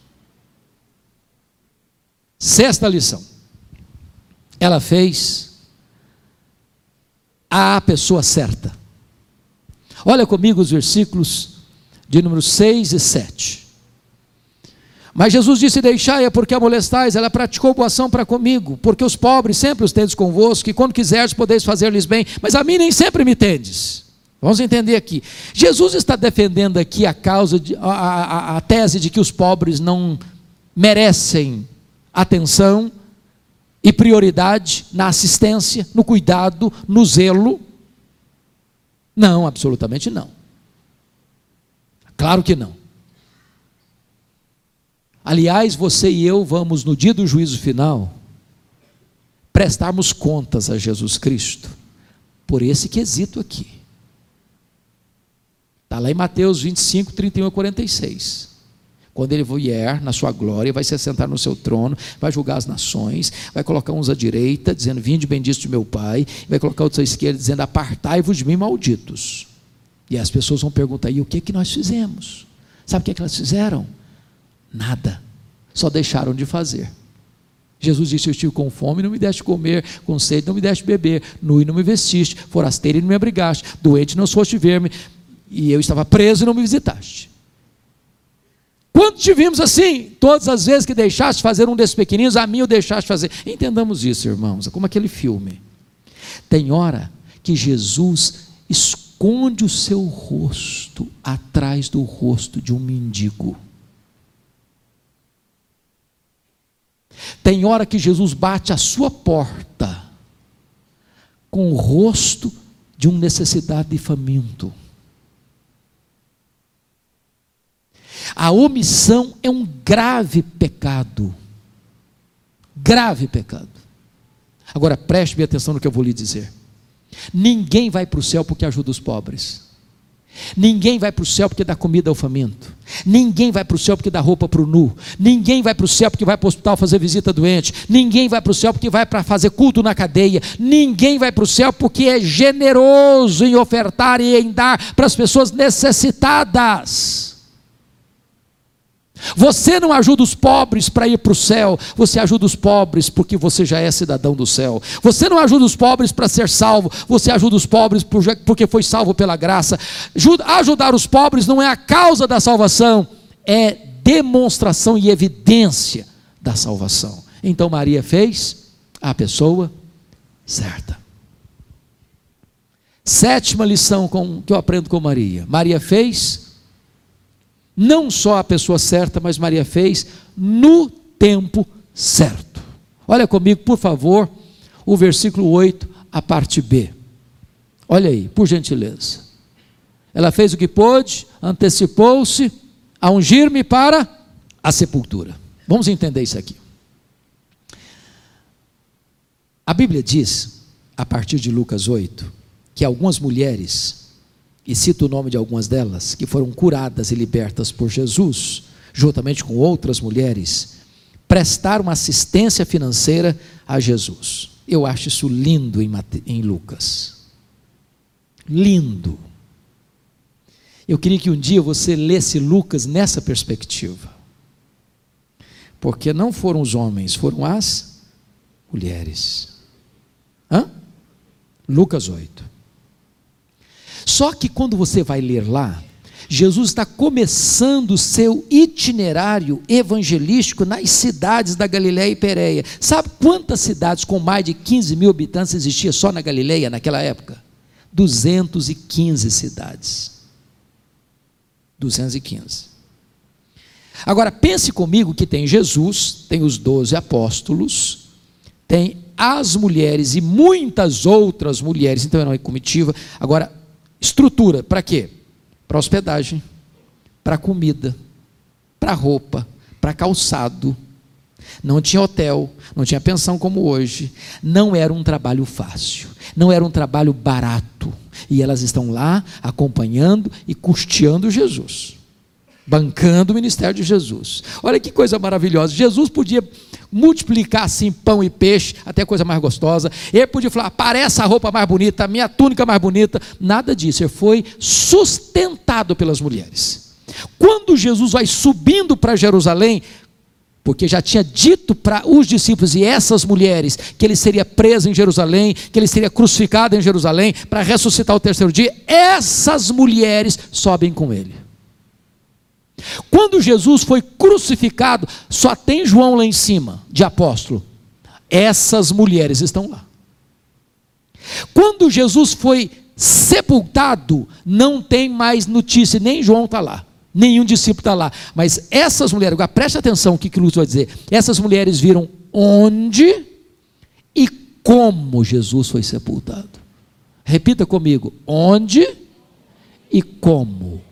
Sexta lição. Ela fez a pessoa certa. Olha comigo os versículos de número 6 e 7. Mas Jesus disse: deixai-a, porque a molestais, ela praticou boa ação para comigo, porque os pobres sempre os tendes convosco, e quando quiserdes podeis fazer-lhes bem, mas a mim nem sempre me tendes. Vamos entender aqui. Jesus está defendendo aqui a causa, a tese de que os pobres não merecem atenção e prioridade na assistência, no cuidado, no zelo. Não, absolutamente não. Claro que não. Aliás, você e eu vamos, no dia do juízo final, prestarmos contas a Jesus Cristo por esse quesito aqui. Está lá em Mateus 25, 31 a 46. Quando ele vier na sua glória, vai se assentar no seu trono, vai julgar as nações, vai colocar uns à direita, dizendo: vinde benditos de meu Pai, vai colocar outros à esquerda, dizendo: apartai-vos de mim, malditos. E as pessoas vão perguntar: e o que nós fizemos? Sabe o que elas fizeram? Nada, só deixaram de fazer. Jesus disse: eu estive com fome e não me deste comer, com sede não me deste beber, nu e não me vestiste, forasteiro e não me abrigaste, doente não foste ver-me, e eu estava preso e não me visitaste. Quando te vimos assim? Todas as vezes que deixaste fazer um desses pequeninos, a mim o deixaste fazer. Entendamos isso, irmãos, é como aquele filme. Tem hora que Jesus esconde o seu rosto atrás do rosto de um mendigo. Tem hora que Jesus bate a sua porta com o rosto de um necessitado e faminto. A omissão é um grave pecado. Grave pecado. Agora preste bem atenção no que eu vou lhe dizer. Ninguém vai para o céu porque ajuda os pobres. Ninguém vai para o céu porque dá comida ao faminto. Ninguém vai para o céu porque dá roupa para o nu. Ninguém vai para o céu porque vai para o hospital fazer visita doente. Ninguém vai para o céu porque vai para fazer culto na cadeia. Ninguém vai para o céu porque é generoso em ofertar e em dar para as pessoas necessitadas. Você não ajuda os pobres para ir para o céu, você ajuda os pobres porque você já é cidadão do céu. Você não ajuda os pobres para ser salvo, você ajuda os pobres porque foi salvo pela graça. Ajudar os pobres não é a causa da salvação, é demonstração e evidência da salvação. Então Maria fez a pessoa certa. Sétima lição que eu aprendo com Maria. Maria fez não só a pessoa certa, mas Maria fez no tempo certo. Olha comigo, por favor, o versículo 8, a parte B. Olha aí, por gentileza. Ela fez o que pôde, antecipou-se a ungir-me para a sepultura. Vamos entender isso aqui. A Bíblia diz, a partir de Lucas 8, que algumas mulheres, e cito o nome de algumas delas, que foram curadas e libertas por Jesus, juntamente com outras mulheres, prestaram assistência financeira a Jesus. Eu acho isso lindo em Lucas. Lindo. Eu queria que um dia você lesse Lucas nessa perspectiva. Porque não foram os homens, foram as mulheres. Lucas 8. Só que quando você vai ler lá, Jesus está começando o seu itinerário evangelístico nas cidades da Galileia e Pérea. Sabe quantas cidades com mais de 15 mil habitantes existia só na Galileia naquela época? 215 cidades. 215. Agora pense comigo que tem Jesus, tem os 12 apóstolos, tem as mulheres e muitas outras mulheres, então era uma comitiva. Agora, estrutura, para quê? Para hospedagem, para comida, para roupa, para calçado. Não tinha hotel, não tinha pensão como hoje. Não era um trabalho fácil, não era um trabalho barato. E elas estão lá acompanhando e custeando Jesus, bancando o ministério de Jesus. Olha que coisa maravilhosa. Jesus podia multiplicar assim pão e peixe, até coisa mais gostosa. Ele podia falar, parece a roupa mais bonita, a minha túnica mais bonita. Nada disso, ele foi sustentado pelas mulheres. Quando Jesus vai subindo para Jerusalém, porque já tinha dito para os discípulos e essas mulheres, que ele seria preso em Jerusalém, que ele seria crucificado em Jerusalém, para ressuscitar o terceiro dia, essas mulheres sobem com ele. Quando Jesus foi crucificado, só tem João lá em cima, de apóstolo. Essas mulheres estão lá. Quando Jesus foi sepultado, não tem mais notícia, nem João está lá, nenhum discípulo está lá. Mas essas mulheres, agora preste atenção o que Lucas vai dizer. Essas mulheres viram onde e como Jesus foi sepultado. Repita comigo, onde e como.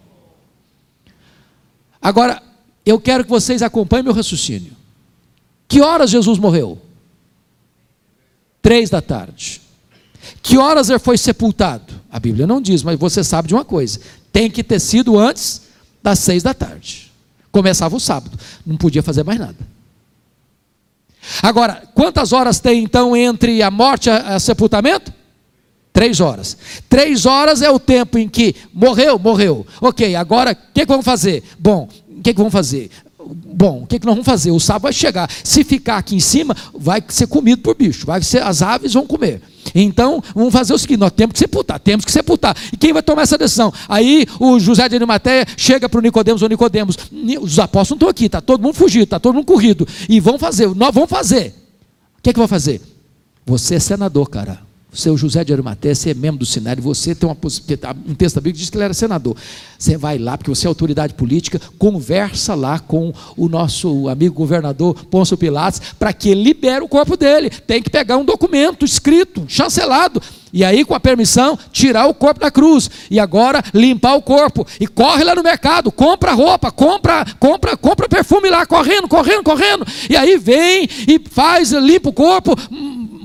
Agora, eu quero que vocês acompanhem meu raciocínio. Que horas Jesus morreu? 3 da tarde. Que horas ele foi sepultado? A Bíblia não diz, mas você sabe de uma coisa. Tem que ter sido antes das 6 da tarde. Começava o sábado. Não podia fazer mais nada. Agora, quantas horas tem então entre a morte e o sepultamento? 3 horas. 3 horas é o tempo em que morreu. Ok, agora o que vamos fazer? Bom, o que vamos fazer? Bom, o que nós vamos fazer? O sábado vai chegar. Se ficar aqui em cima, vai ser comido por bicho. As aves vão comer. Então, vamos fazer o seguinte: nós temos que sepultar. E quem vai tomar essa decisão? Aí o José de Arimateia chega para o Nicodemos, os apóstolos não estão aqui, está todo mundo fugido, está todo mundo corrido. E nós vamos fazer. O que vai fazer? Você é senador, cara. Você é o José de Arimateia, você é membro do Sinédrio, você tem uma possibilidade, um texto da Bíblia que diz que ele era senador. Você vai lá, porque você é autoridade política, conversa lá com o nosso amigo governador Pôncio Pilatos, para que ele libere o corpo dele. Tem que pegar um documento escrito, chancelado, e aí com a permissão, tirar o corpo da cruz, e agora limpar o corpo, e corre lá no mercado, compra roupa, compra perfume lá, correndo, e aí vem e limpa o corpo,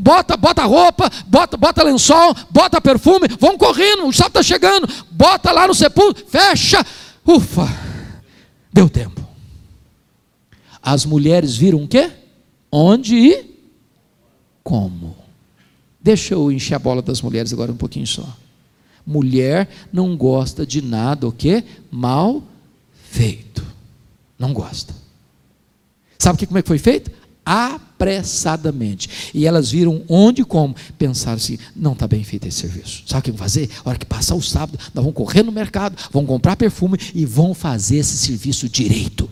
bota roupa, bota lençol, bota perfume, vão correndo, o sábado está chegando, bota lá no sepulcro, fecha, ufa, deu tempo. As mulheres viram o quê? Onde e como. Deixa eu encher a bola das mulheres agora um pouquinho só. Mulher não gosta de nada, o quê? Mal feito. Não gosta. Sabe como é que foi feito? Apressadamente. E elas viram onde e como. Pensaram assim, não está bem feito esse serviço. Sabe o que vão fazer? A hora que passar o sábado, nós vamos correr no mercado, vamos comprar perfume e vão fazer esse serviço direito.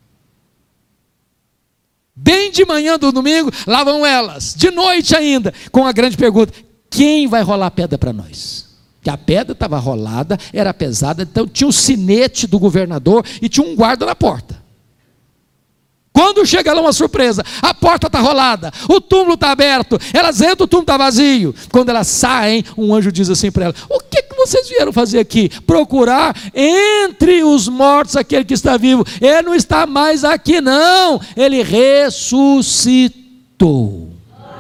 Bem de manhã do domingo, lá vão elas, de noite ainda, com a grande pergunta: quem vai rolar a pedra para nós? Que a pedra estava rolada, era pesada, então tinha o sinete do governador e tinha um guarda na porta. Quando chega lá uma surpresa, a porta está rolada, o túmulo está aberto, elas entram, o túmulo está vazio. Quando elas saem, um anjo diz assim para elas: o que vocês vieram fazer aqui? Procurar entre os mortos aquele que está vivo. Ele não está mais aqui não, ele ressuscitou.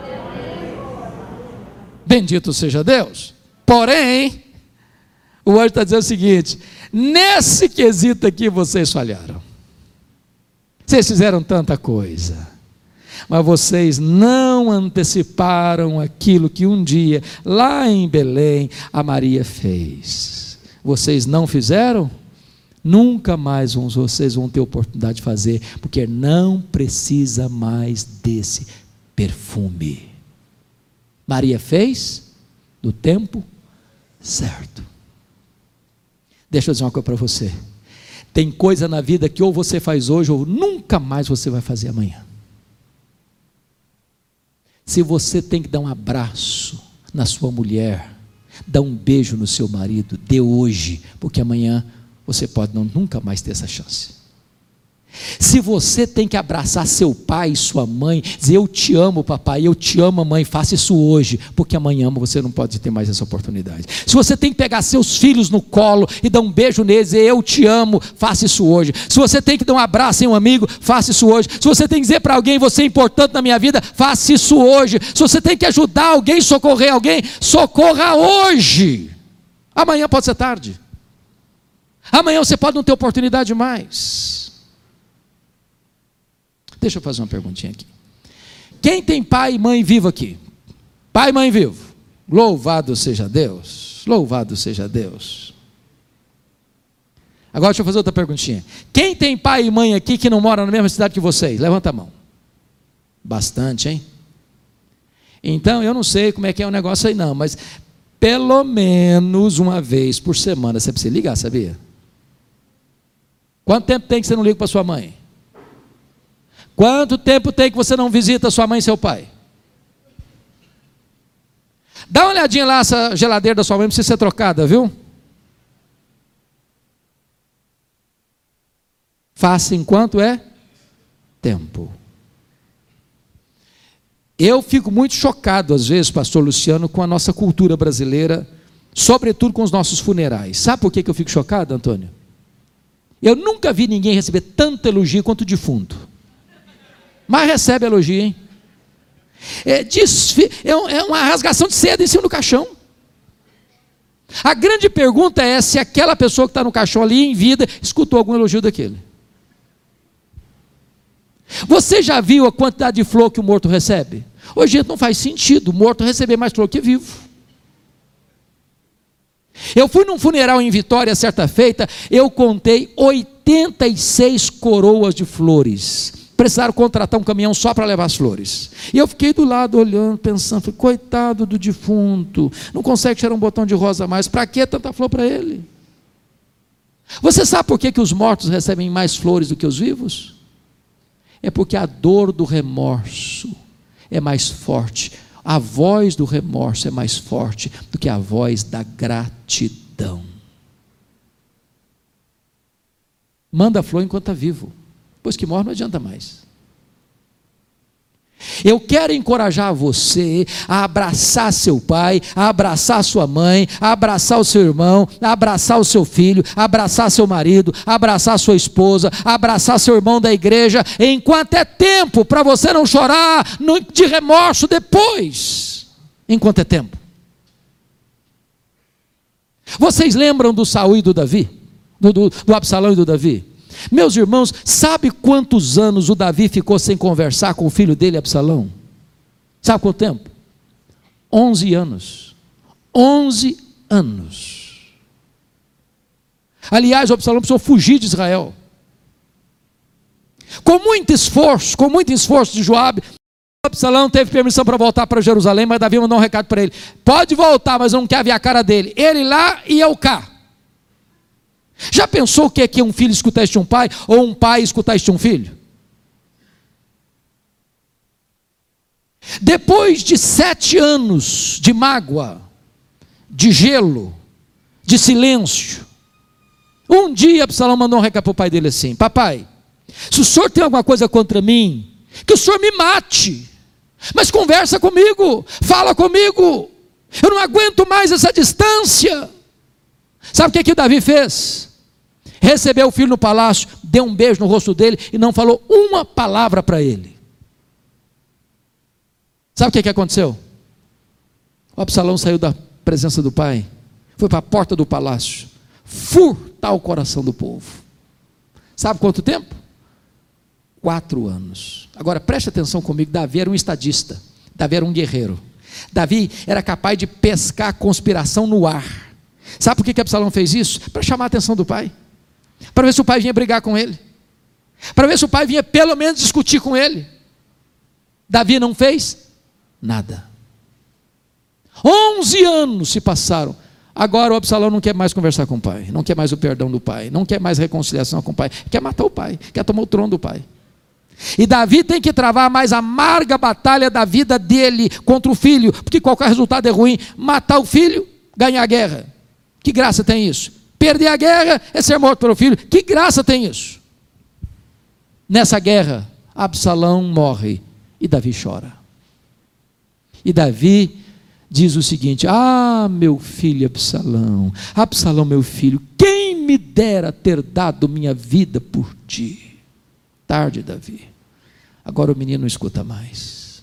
Bendito seja Deus. Porém, o anjo está dizendo o seguinte: nesse quesito aqui vocês falharam. Vocês fizeram tanta coisa, mas vocês não anteciparam aquilo que um dia, lá em Belém, a Maria fez. Vocês não fizeram? Nunca mais vocês vão ter oportunidade de fazer, porque não precisa mais desse perfume. Maria fez no tempo certo. Deixa eu dizer uma coisa para você. Tem coisa na vida que ou você faz hoje ou nunca mais você vai fazer amanhã. Se você tem que dar um abraço na sua mulher, dar um beijo no seu marido, dê hoje, porque amanhã você pode nunca mais ter essa chance. Se você tem que abraçar seu pai e sua mãe, dizer: eu te amo papai, eu te amo mamãe, faça isso hoje, porque amanhã você não pode ter mais essa oportunidade. Se você tem que pegar seus filhos no colo e dar um beijo neles, dizer: eu te amo, faça isso hoje. Se você tem que dar um abraço em um amigo, faça isso hoje. Se você tem que dizer para alguém: você é importante na minha vida, faça isso hoje. Se você tem que ajudar alguém, socorrer alguém, socorra hoje. Amanhã pode ser tarde. Amanhã você pode não ter oportunidade mais. Deixa eu fazer uma perguntinha aqui. Quem tem pai e mãe vivo aqui? Pai e mãe vivo. Louvado seja Deus. Louvado seja Deus. Agora deixa eu fazer outra perguntinha. Quem tem pai e mãe aqui que não mora na mesma cidade que vocês? Levanta a mão. Bastante, hein? Então eu não sei como é que é o negócio aí não, mas pelo menos uma vez por semana você precisa ligar, sabia? Quanto tempo tem que você não liga para sua mãe? Quanto tempo tem que você não visita sua mãe e seu pai? Dá uma olhadinha lá, essa geladeira da sua mãe precisa ser trocada, viu? Faça enquanto é tempo. Eu fico muito chocado às vezes, pastor Luciano, com a nossa cultura brasileira, sobretudo com os nossos funerais. Sabe por que eu fico chocado, Antônio? Eu nunca vi ninguém receber tanto elogio quanto o defunto. Mas recebe elogio, hein? É uma rasgação de seda em cima do caixão. A grande pergunta é se aquela pessoa que está no caixão ali em vida escutou algum elogio daquele. Você já viu a quantidade de flor que o morto recebe? Hoje não faz sentido o morto receber mais flor que vivo. Eu fui num funeral em Vitória certa feita, eu contei 86 coroas de flores. Precisaram contratar um caminhão só para levar as flores. E eu fiquei do lado olhando, pensando, falei: coitado do defunto, não consegue tirar um botão de rosa a mais, para que tanta flor para ele? Você sabe por que os mortos recebem mais flores do que os vivos? É porque a dor do remorso é mais forte, a voz do remorso é mais forte do que a voz da gratidão. Manda flor enquanto está vivo. Depois que morre não adianta mais. Eu quero encorajar você a abraçar seu pai, a abraçar sua mãe, a abraçar o seu irmão, a abraçar o seu filho, a abraçar seu marido, a abraçar sua esposa, a abraçar seu irmão da igreja, enquanto é tempo, para você não chorar de remorso depois, enquanto é tempo. Vocês lembram do Saul e do Davi? Do Absalão e do Davi? Meus irmãos, sabe quantos anos o Davi ficou sem conversar com o filho dele, Absalão? Sabe quanto tempo? 11 anos. 11 anos. Aliás, o Absalão precisou fugir de Israel. Com muito esforço de Joabe, Absalão teve permissão para voltar para Jerusalém, mas Davi mandou um recado para ele: pode voltar, mas eu não quero ver a cara dele. Ele lá e eu cá. Já pensou o que é que um filho escutar este um pai, ou um pai escutar este um filho? Depois de 7 anos de mágoa, de gelo, de silêncio, um dia Absalão mandou um recado para o pai dele assim: papai, se o senhor tem alguma coisa contra mim, que o senhor me mate, mas conversa comigo, fala comigo, eu não aguento mais essa distância. Sabe o que o Davi fez? Recebeu o filho no palácio, deu um beijo no rosto dele e não falou uma palavra para ele. Sabe o que aconteceu? O Absalão saiu da presença do pai, foi para a porta do palácio, furtar o coração do povo. Sabe quanto tempo? 4 anos. Agora preste atenção comigo, Davi era um estadista, Davi era um guerreiro, Davi era capaz de pescar a conspiração no ar. Sabe por que Absalão fez isso? Para chamar a atenção do pai, para ver se o pai vinha brigar com ele, para ver se o pai vinha pelo menos discutir com ele. Davi não fez nada. 11 anos se passaram. Agora o Absalão não quer mais conversar com o pai, não quer mais o perdão do pai, não quer mais reconciliação com o pai, quer matar o pai, quer tomar o trono do pai. E Davi tem que travar a mais amarga batalha da vida dele contra o filho, porque qualquer resultado é ruim. Matar o filho, ganhar a guerra. Que graça tem isso? Perder a guerra é ser morto pelo filho. Que graça tem isso? Nessa guerra, Absalão morre e Davi chora. E Davi diz o seguinte: ah, meu filho Absalão, Absalão, meu filho, quem me dera ter dado minha vida por ti. Tarde, Davi. Agora o menino não escuta mais.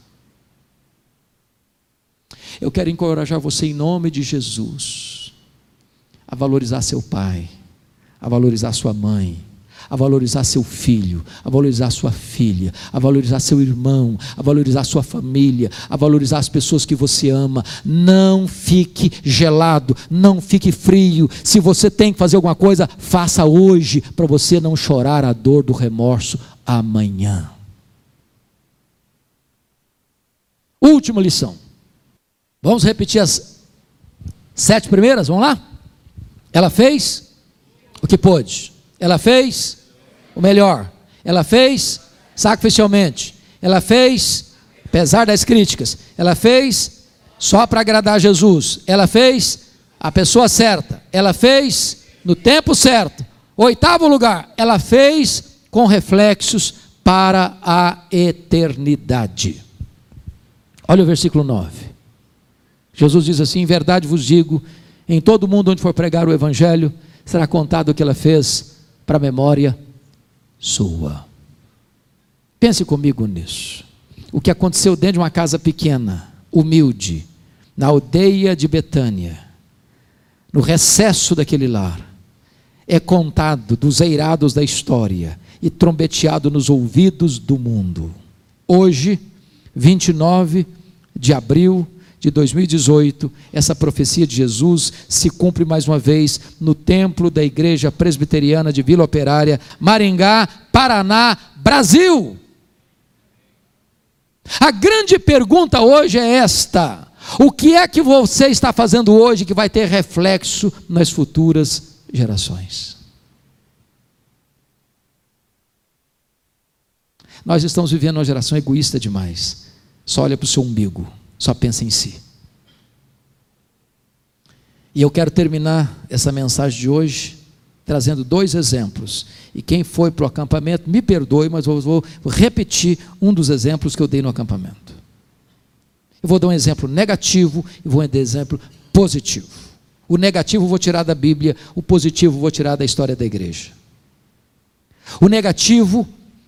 Eu quero encorajar você em nome de Jesus a valorizar seu pai, a valorizar sua mãe, a valorizar seu filho, a valorizar sua filha, a valorizar seu irmão, a valorizar sua família, a valorizar as pessoas que você ama. Não fique gelado, não fique frio. Se você tem que fazer alguma coisa, faça hoje, para você não chorar a dor do remorso amanhã. Última lição. Vamos repetir as 7 primeiras? Vamos lá? Ela fez o que pôde. Ela fez o melhor. Ela fez sacrificialmente. Ela fez, apesar das críticas. Ela fez só para agradar Jesus. Ela fez a pessoa certa. Ela fez no tempo certo. 8º lugar, ela fez com reflexos para a eternidade. Olha o versículo 9. Jesus diz assim: em verdade vos digo, em todo mundo onde for pregar o evangelho, será contado o que ela fez para a memória sua. Pense comigo nisso. O que aconteceu dentro de uma casa pequena, humilde, na aldeia de Betânia, no recesso daquele lar, é contado dos eirados da história e trombeteado nos ouvidos do mundo. Hoje, 29 de abril de 2018, essa profecia de Jesus se cumpre mais uma vez no templo da Igreja Presbiteriana de Vila Operária, Maringá, Paraná, Brasil. A grande pergunta hoje é esta: o que é que você está fazendo hoje que vai ter reflexo nas futuras gerações? Nós estamos vivendo uma geração egoísta demais, só olha para o seu umbigo, só pensa em si. E eu quero terminar essa mensagem de hoje trazendo 2 exemplos. E quem foi para o acampamento, me perdoe, mas eu vou repetir um dos exemplos que eu dei no acampamento. Eu vou dar um exemplo negativo e vou dar um exemplo positivo. O negativo eu vou tirar da Bíblia, o positivo eu vou tirar da história da igreja. O negativo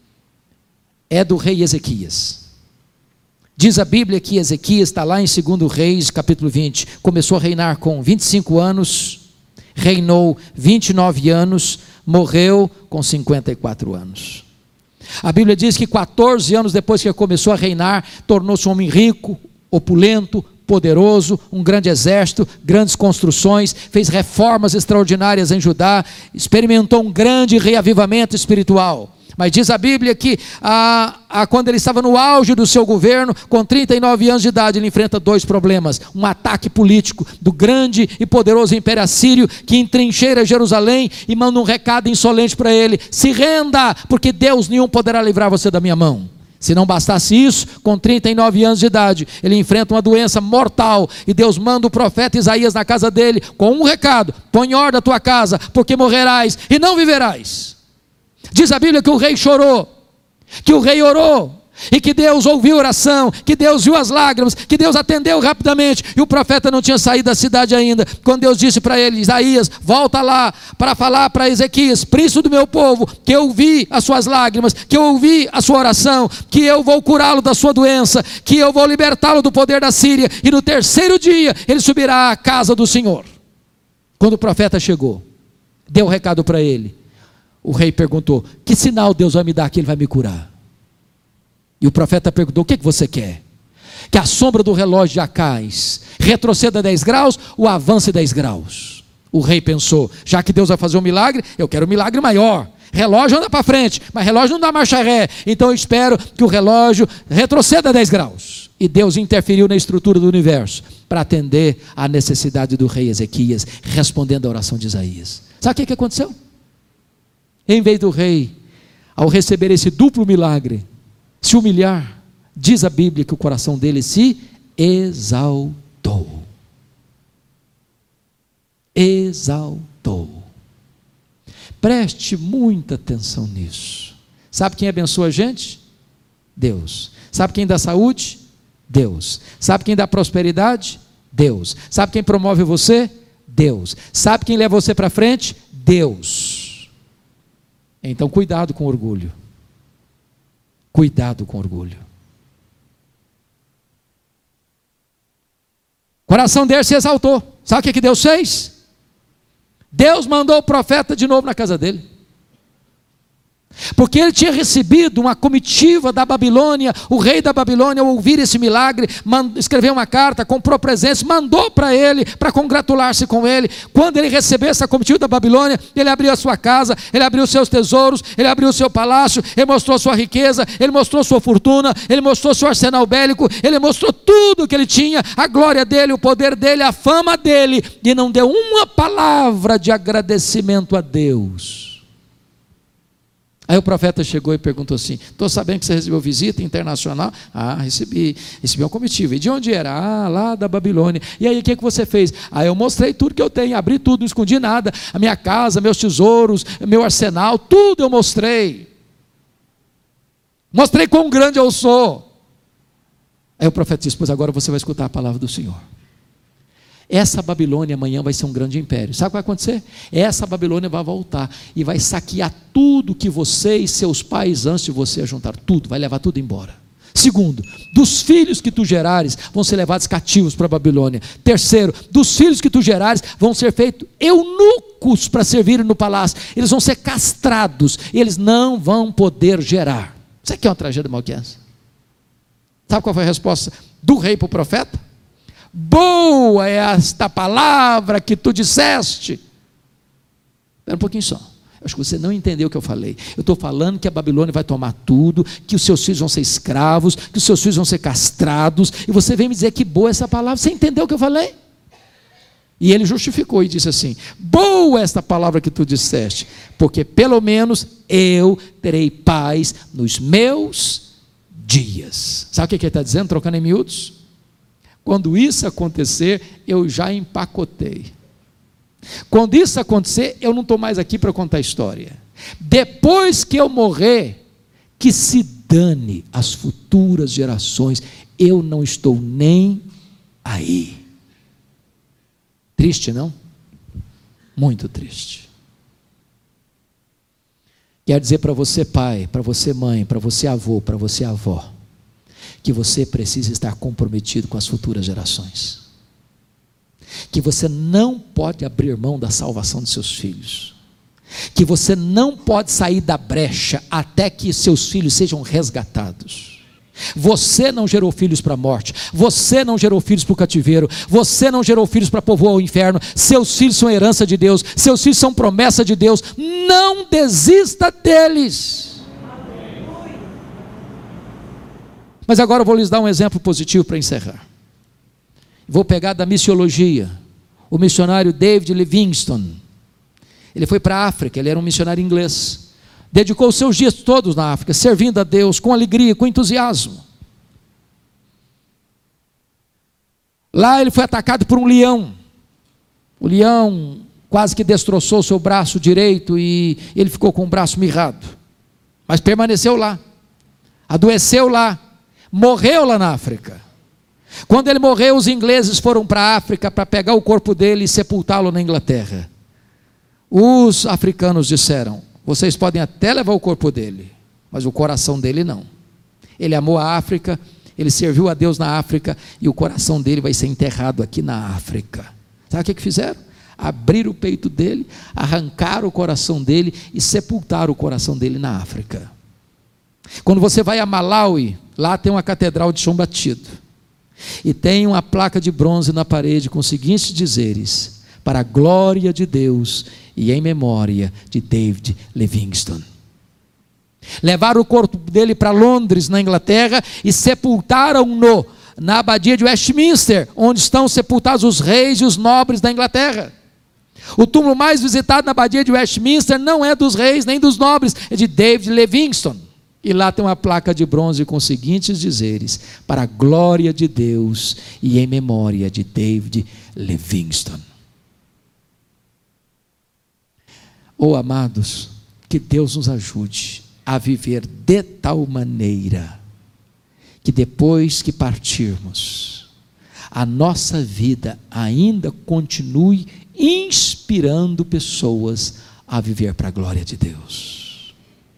é do rei Ezequias. Diz a Bíblia que Ezequias está lá em 2 Reis, capítulo 20, começou a reinar com 25 anos, reinou 29 anos, morreu com 54 anos. A Bíblia diz que 14 anos depois que ele começou a reinar, tornou-se um homem rico, opulento, poderoso, um grande exército, grandes construções, fez reformas extraordinárias em Judá, experimentou um grande reavivamento espiritual. Mas diz a Bíblia que quando ele estava no auge do seu governo, com 39 anos de idade, ele enfrenta 2 problemas. Um ataque político do grande e poderoso Império Assírio, que entrincheira Jerusalém e manda um recado insolente para ele: se renda, porque Deus nenhum poderá livrar você da minha mão. Se não bastasse isso, com 39 anos de idade, ele enfrenta uma doença mortal, e Deus manda o profeta Isaías na casa dele, com um recado: põe em ordem a tua casa, porque morrerás e não viverás. Diz a Bíblia que o rei chorou, que o rei orou, e que Deus ouviu a oração, que Deus viu as lágrimas, que Deus atendeu rapidamente, e o profeta não tinha saído da cidade ainda, quando Deus disse para ele: Isaías, volta lá para falar para Ezequias, príncipe do meu povo, que eu ouvi as suas lágrimas, que eu ouvi a sua oração, que eu vou curá-lo da sua doença, que eu vou libertá-lo do poder da Síria, e no 3º dia ele subirá à casa do Senhor. Quando o profeta chegou, deu o recado para ele, o rei perguntou: que sinal Deus vai me dar que ele vai me curar? E o profeta perguntou: o que você quer? Que a sombra do relógio de Acais retroceda 10 graus ou avance 10 graus? O rei pensou: já que Deus vai fazer um milagre, eu quero um milagre maior. Relógio anda para frente, mas relógio não dá marcha ré, então eu espero que o relógio retroceda 10 graus. E Deus interferiu na estrutura do universo para atender à necessidade do rei Ezequias, respondendo à oração de Isaías. Sabe o que aconteceu? Em vez do rei, ao receber esse duplo milagre, se humilhar, diz a Bíblia que o coração dele se exaltou. Exaltou. Preste muita atenção nisso. Sabe quem abençoa a gente? Deus. Sabe quem dá saúde? Deus. Sabe quem dá prosperidade? Deus. Sabe quem promove você? Deus. Sabe quem leva você para frente? Deus. Então cuidado com orgulho. Cuidado com orgulho. O coração dele se exaltou. Sabe o que Deus fez? Deus mandou o profeta de novo na casa dele. Porque ele tinha recebido uma comitiva da Babilônia. O rei da Babilônia, ao ouvir esse milagre, escreveu uma carta, comprou presentes, mandou para ele, para congratular-se com ele. Quando ele recebeu essa comitiva da Babilônia, ele abriu a sua casa, ele abriu os seus tesouros, ele abriu o seu palácio, ele mostrou sua riqueza, ele mostrou sua fortuna, ele mostrou seu arsenal bélico, ele mostrou tudo que ele tinha, a glória dele, o poder dele, a fama dele, e não deu uma palavra de agradecimento a Deus. Aí o profeta chegou e perguntou assim: estou sabendo que você recebeu visita internacional? Recebi uma comitiva. E de onde era? Lá da Babilônia. E aí o que você fez? Eu mostrei tudo que eu tenho, abri tudo, não escondi nada, a minha casa, meus tesouros, meu arsenal, tudo eu mostrei. Mostrei quão grande eu sou. Aí o profeta disse: pois agora você vai escutar a palavra do Senhor. Essa Babilônia amanhã vai ser um grande império. Sabe o que vai acontecer? Essa Babilônia vai voltar e vai saquear tudo que você e seus pais antes de você ajuntaram. Tudo, vai levar tudo embora. Segundo, dos filhos que tu gerares vão ser levados cativos para a Babilônia. Terceiro, dos filhos que tu gerares vão ser feitos eunucos para servirem no palácio. Eles vão ser castrados, eles não vão poder gerar. Isso aqui é uma tragédia maior que essa. Sabe qual foi a resposta do rei para o profeta? Boa é esta palavra que tu disseste. Espera um pouquinho só. Acho que você não entendeu o que eu falei. Eu estou falando que a Babilônia vai tomar tudo, que os seus filhos vão ser escravos, que os seus filhos vão ser castrados, e você vem me dizer que boa é essa palavra. Você entendeu o que eu falei? E ele justificou e disse assim: boa é esta palavra que tu disseste, porque pelo menos eu terei paz nos meus dias. Sabe o que ele está dizendo, trocando em miúdos? Quando isso acontecer, eu já empacotei. Quando isso acontecer, eu não estou mais aqui para contar a história. Depois que eu morrer, que se dane as futuras gerações, eu não estou nem aí. Triste, não? Muito triste. Quer dizer para você pai, para você mãe, para você avô, para você avó, que você precisa estar comprometido com as futuras gerações, que você não pode abrir mão da salvação de seus filhos, que você não pode sair da brecha até que seus filhos sejam resgatados. Você não gerou filhos para a morte, você não gerou filhos para o cativeiro, você não gerou filhos para povoar o inferno. Seus filhos são herança de Deus, seus filhos são promessa de Deus. Não desista deles. Mas agora eu vou lhes dar um exemplo positivo para encerrar. Vou pegar da missiologia, o missionário David Livingstone. Ele foi para a África, ele era um missionário inglês. Dedicou os seus dias todos na África, servindo a Deus com alegria, com entusiasmo. Lá ele foi atacado por um leão. O leão quase que destroçou seu braço direito e ele ficou com o braço mirrado. Mas permaneceu lá, adoeceu lá, morreu lá na África. Quando ele morreu, os ingleses foram para a África para pegar o corpo dele e sepultá-lo na Inglaterra. Os africanos disseram: vocês podem até levar o corpo dele, mas o coração dele não. Ele amou a África, ele serviu a Deus na África, e o coração dele vai ser enterrado aqui na África. Sabe o que fizeram? Abriram o peito dele, arrancaram o coração dele e sepultaram o coração dele na África. Quando você vai a Malawi, lá tem uma catedral de chão batido, e tem uma placa de bronze na parede com os seguintes dizeres: para a glória de Deus e em memória de David Livingstone. Levaram o corpo dele para Londres, na Inglaterra, e sepultaram-no na abadia de Westminster, onde estão sepultados os reis e os nobres da Inglaterra. O túmulo mais visitado na abadia de Westminster não é dos reis nem dos nobres, é de David Livingstone. E lá tem uma placa de bronze com os seguintes dizeres: para a glória de Deus e em memória de David Livingstone. Oh, amados, que Deus nos ajude a viver de tal maneira que depois que partirmos, a nossa vida ainda continue inspirando pessoas a viver para a glória de Deus.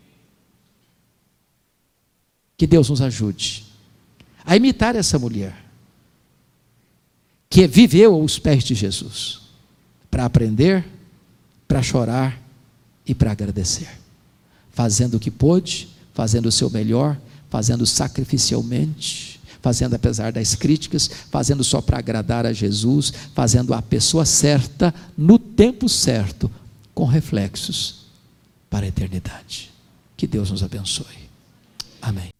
Que Deus nos ajude a imitar essa mulher que viveu aos pés de Jesus, para aprender, para chorar e para agradecer, fazendo o que pôde, fazendo o seu melhor, fazendo sacrificialmente, fazendo apesar das críticas, fazendo só para agradar a Jesus, fazendo a pessoa certa, no tempo certo, com reflexos para a eternidade. Que Deus nos abençoe. Amém.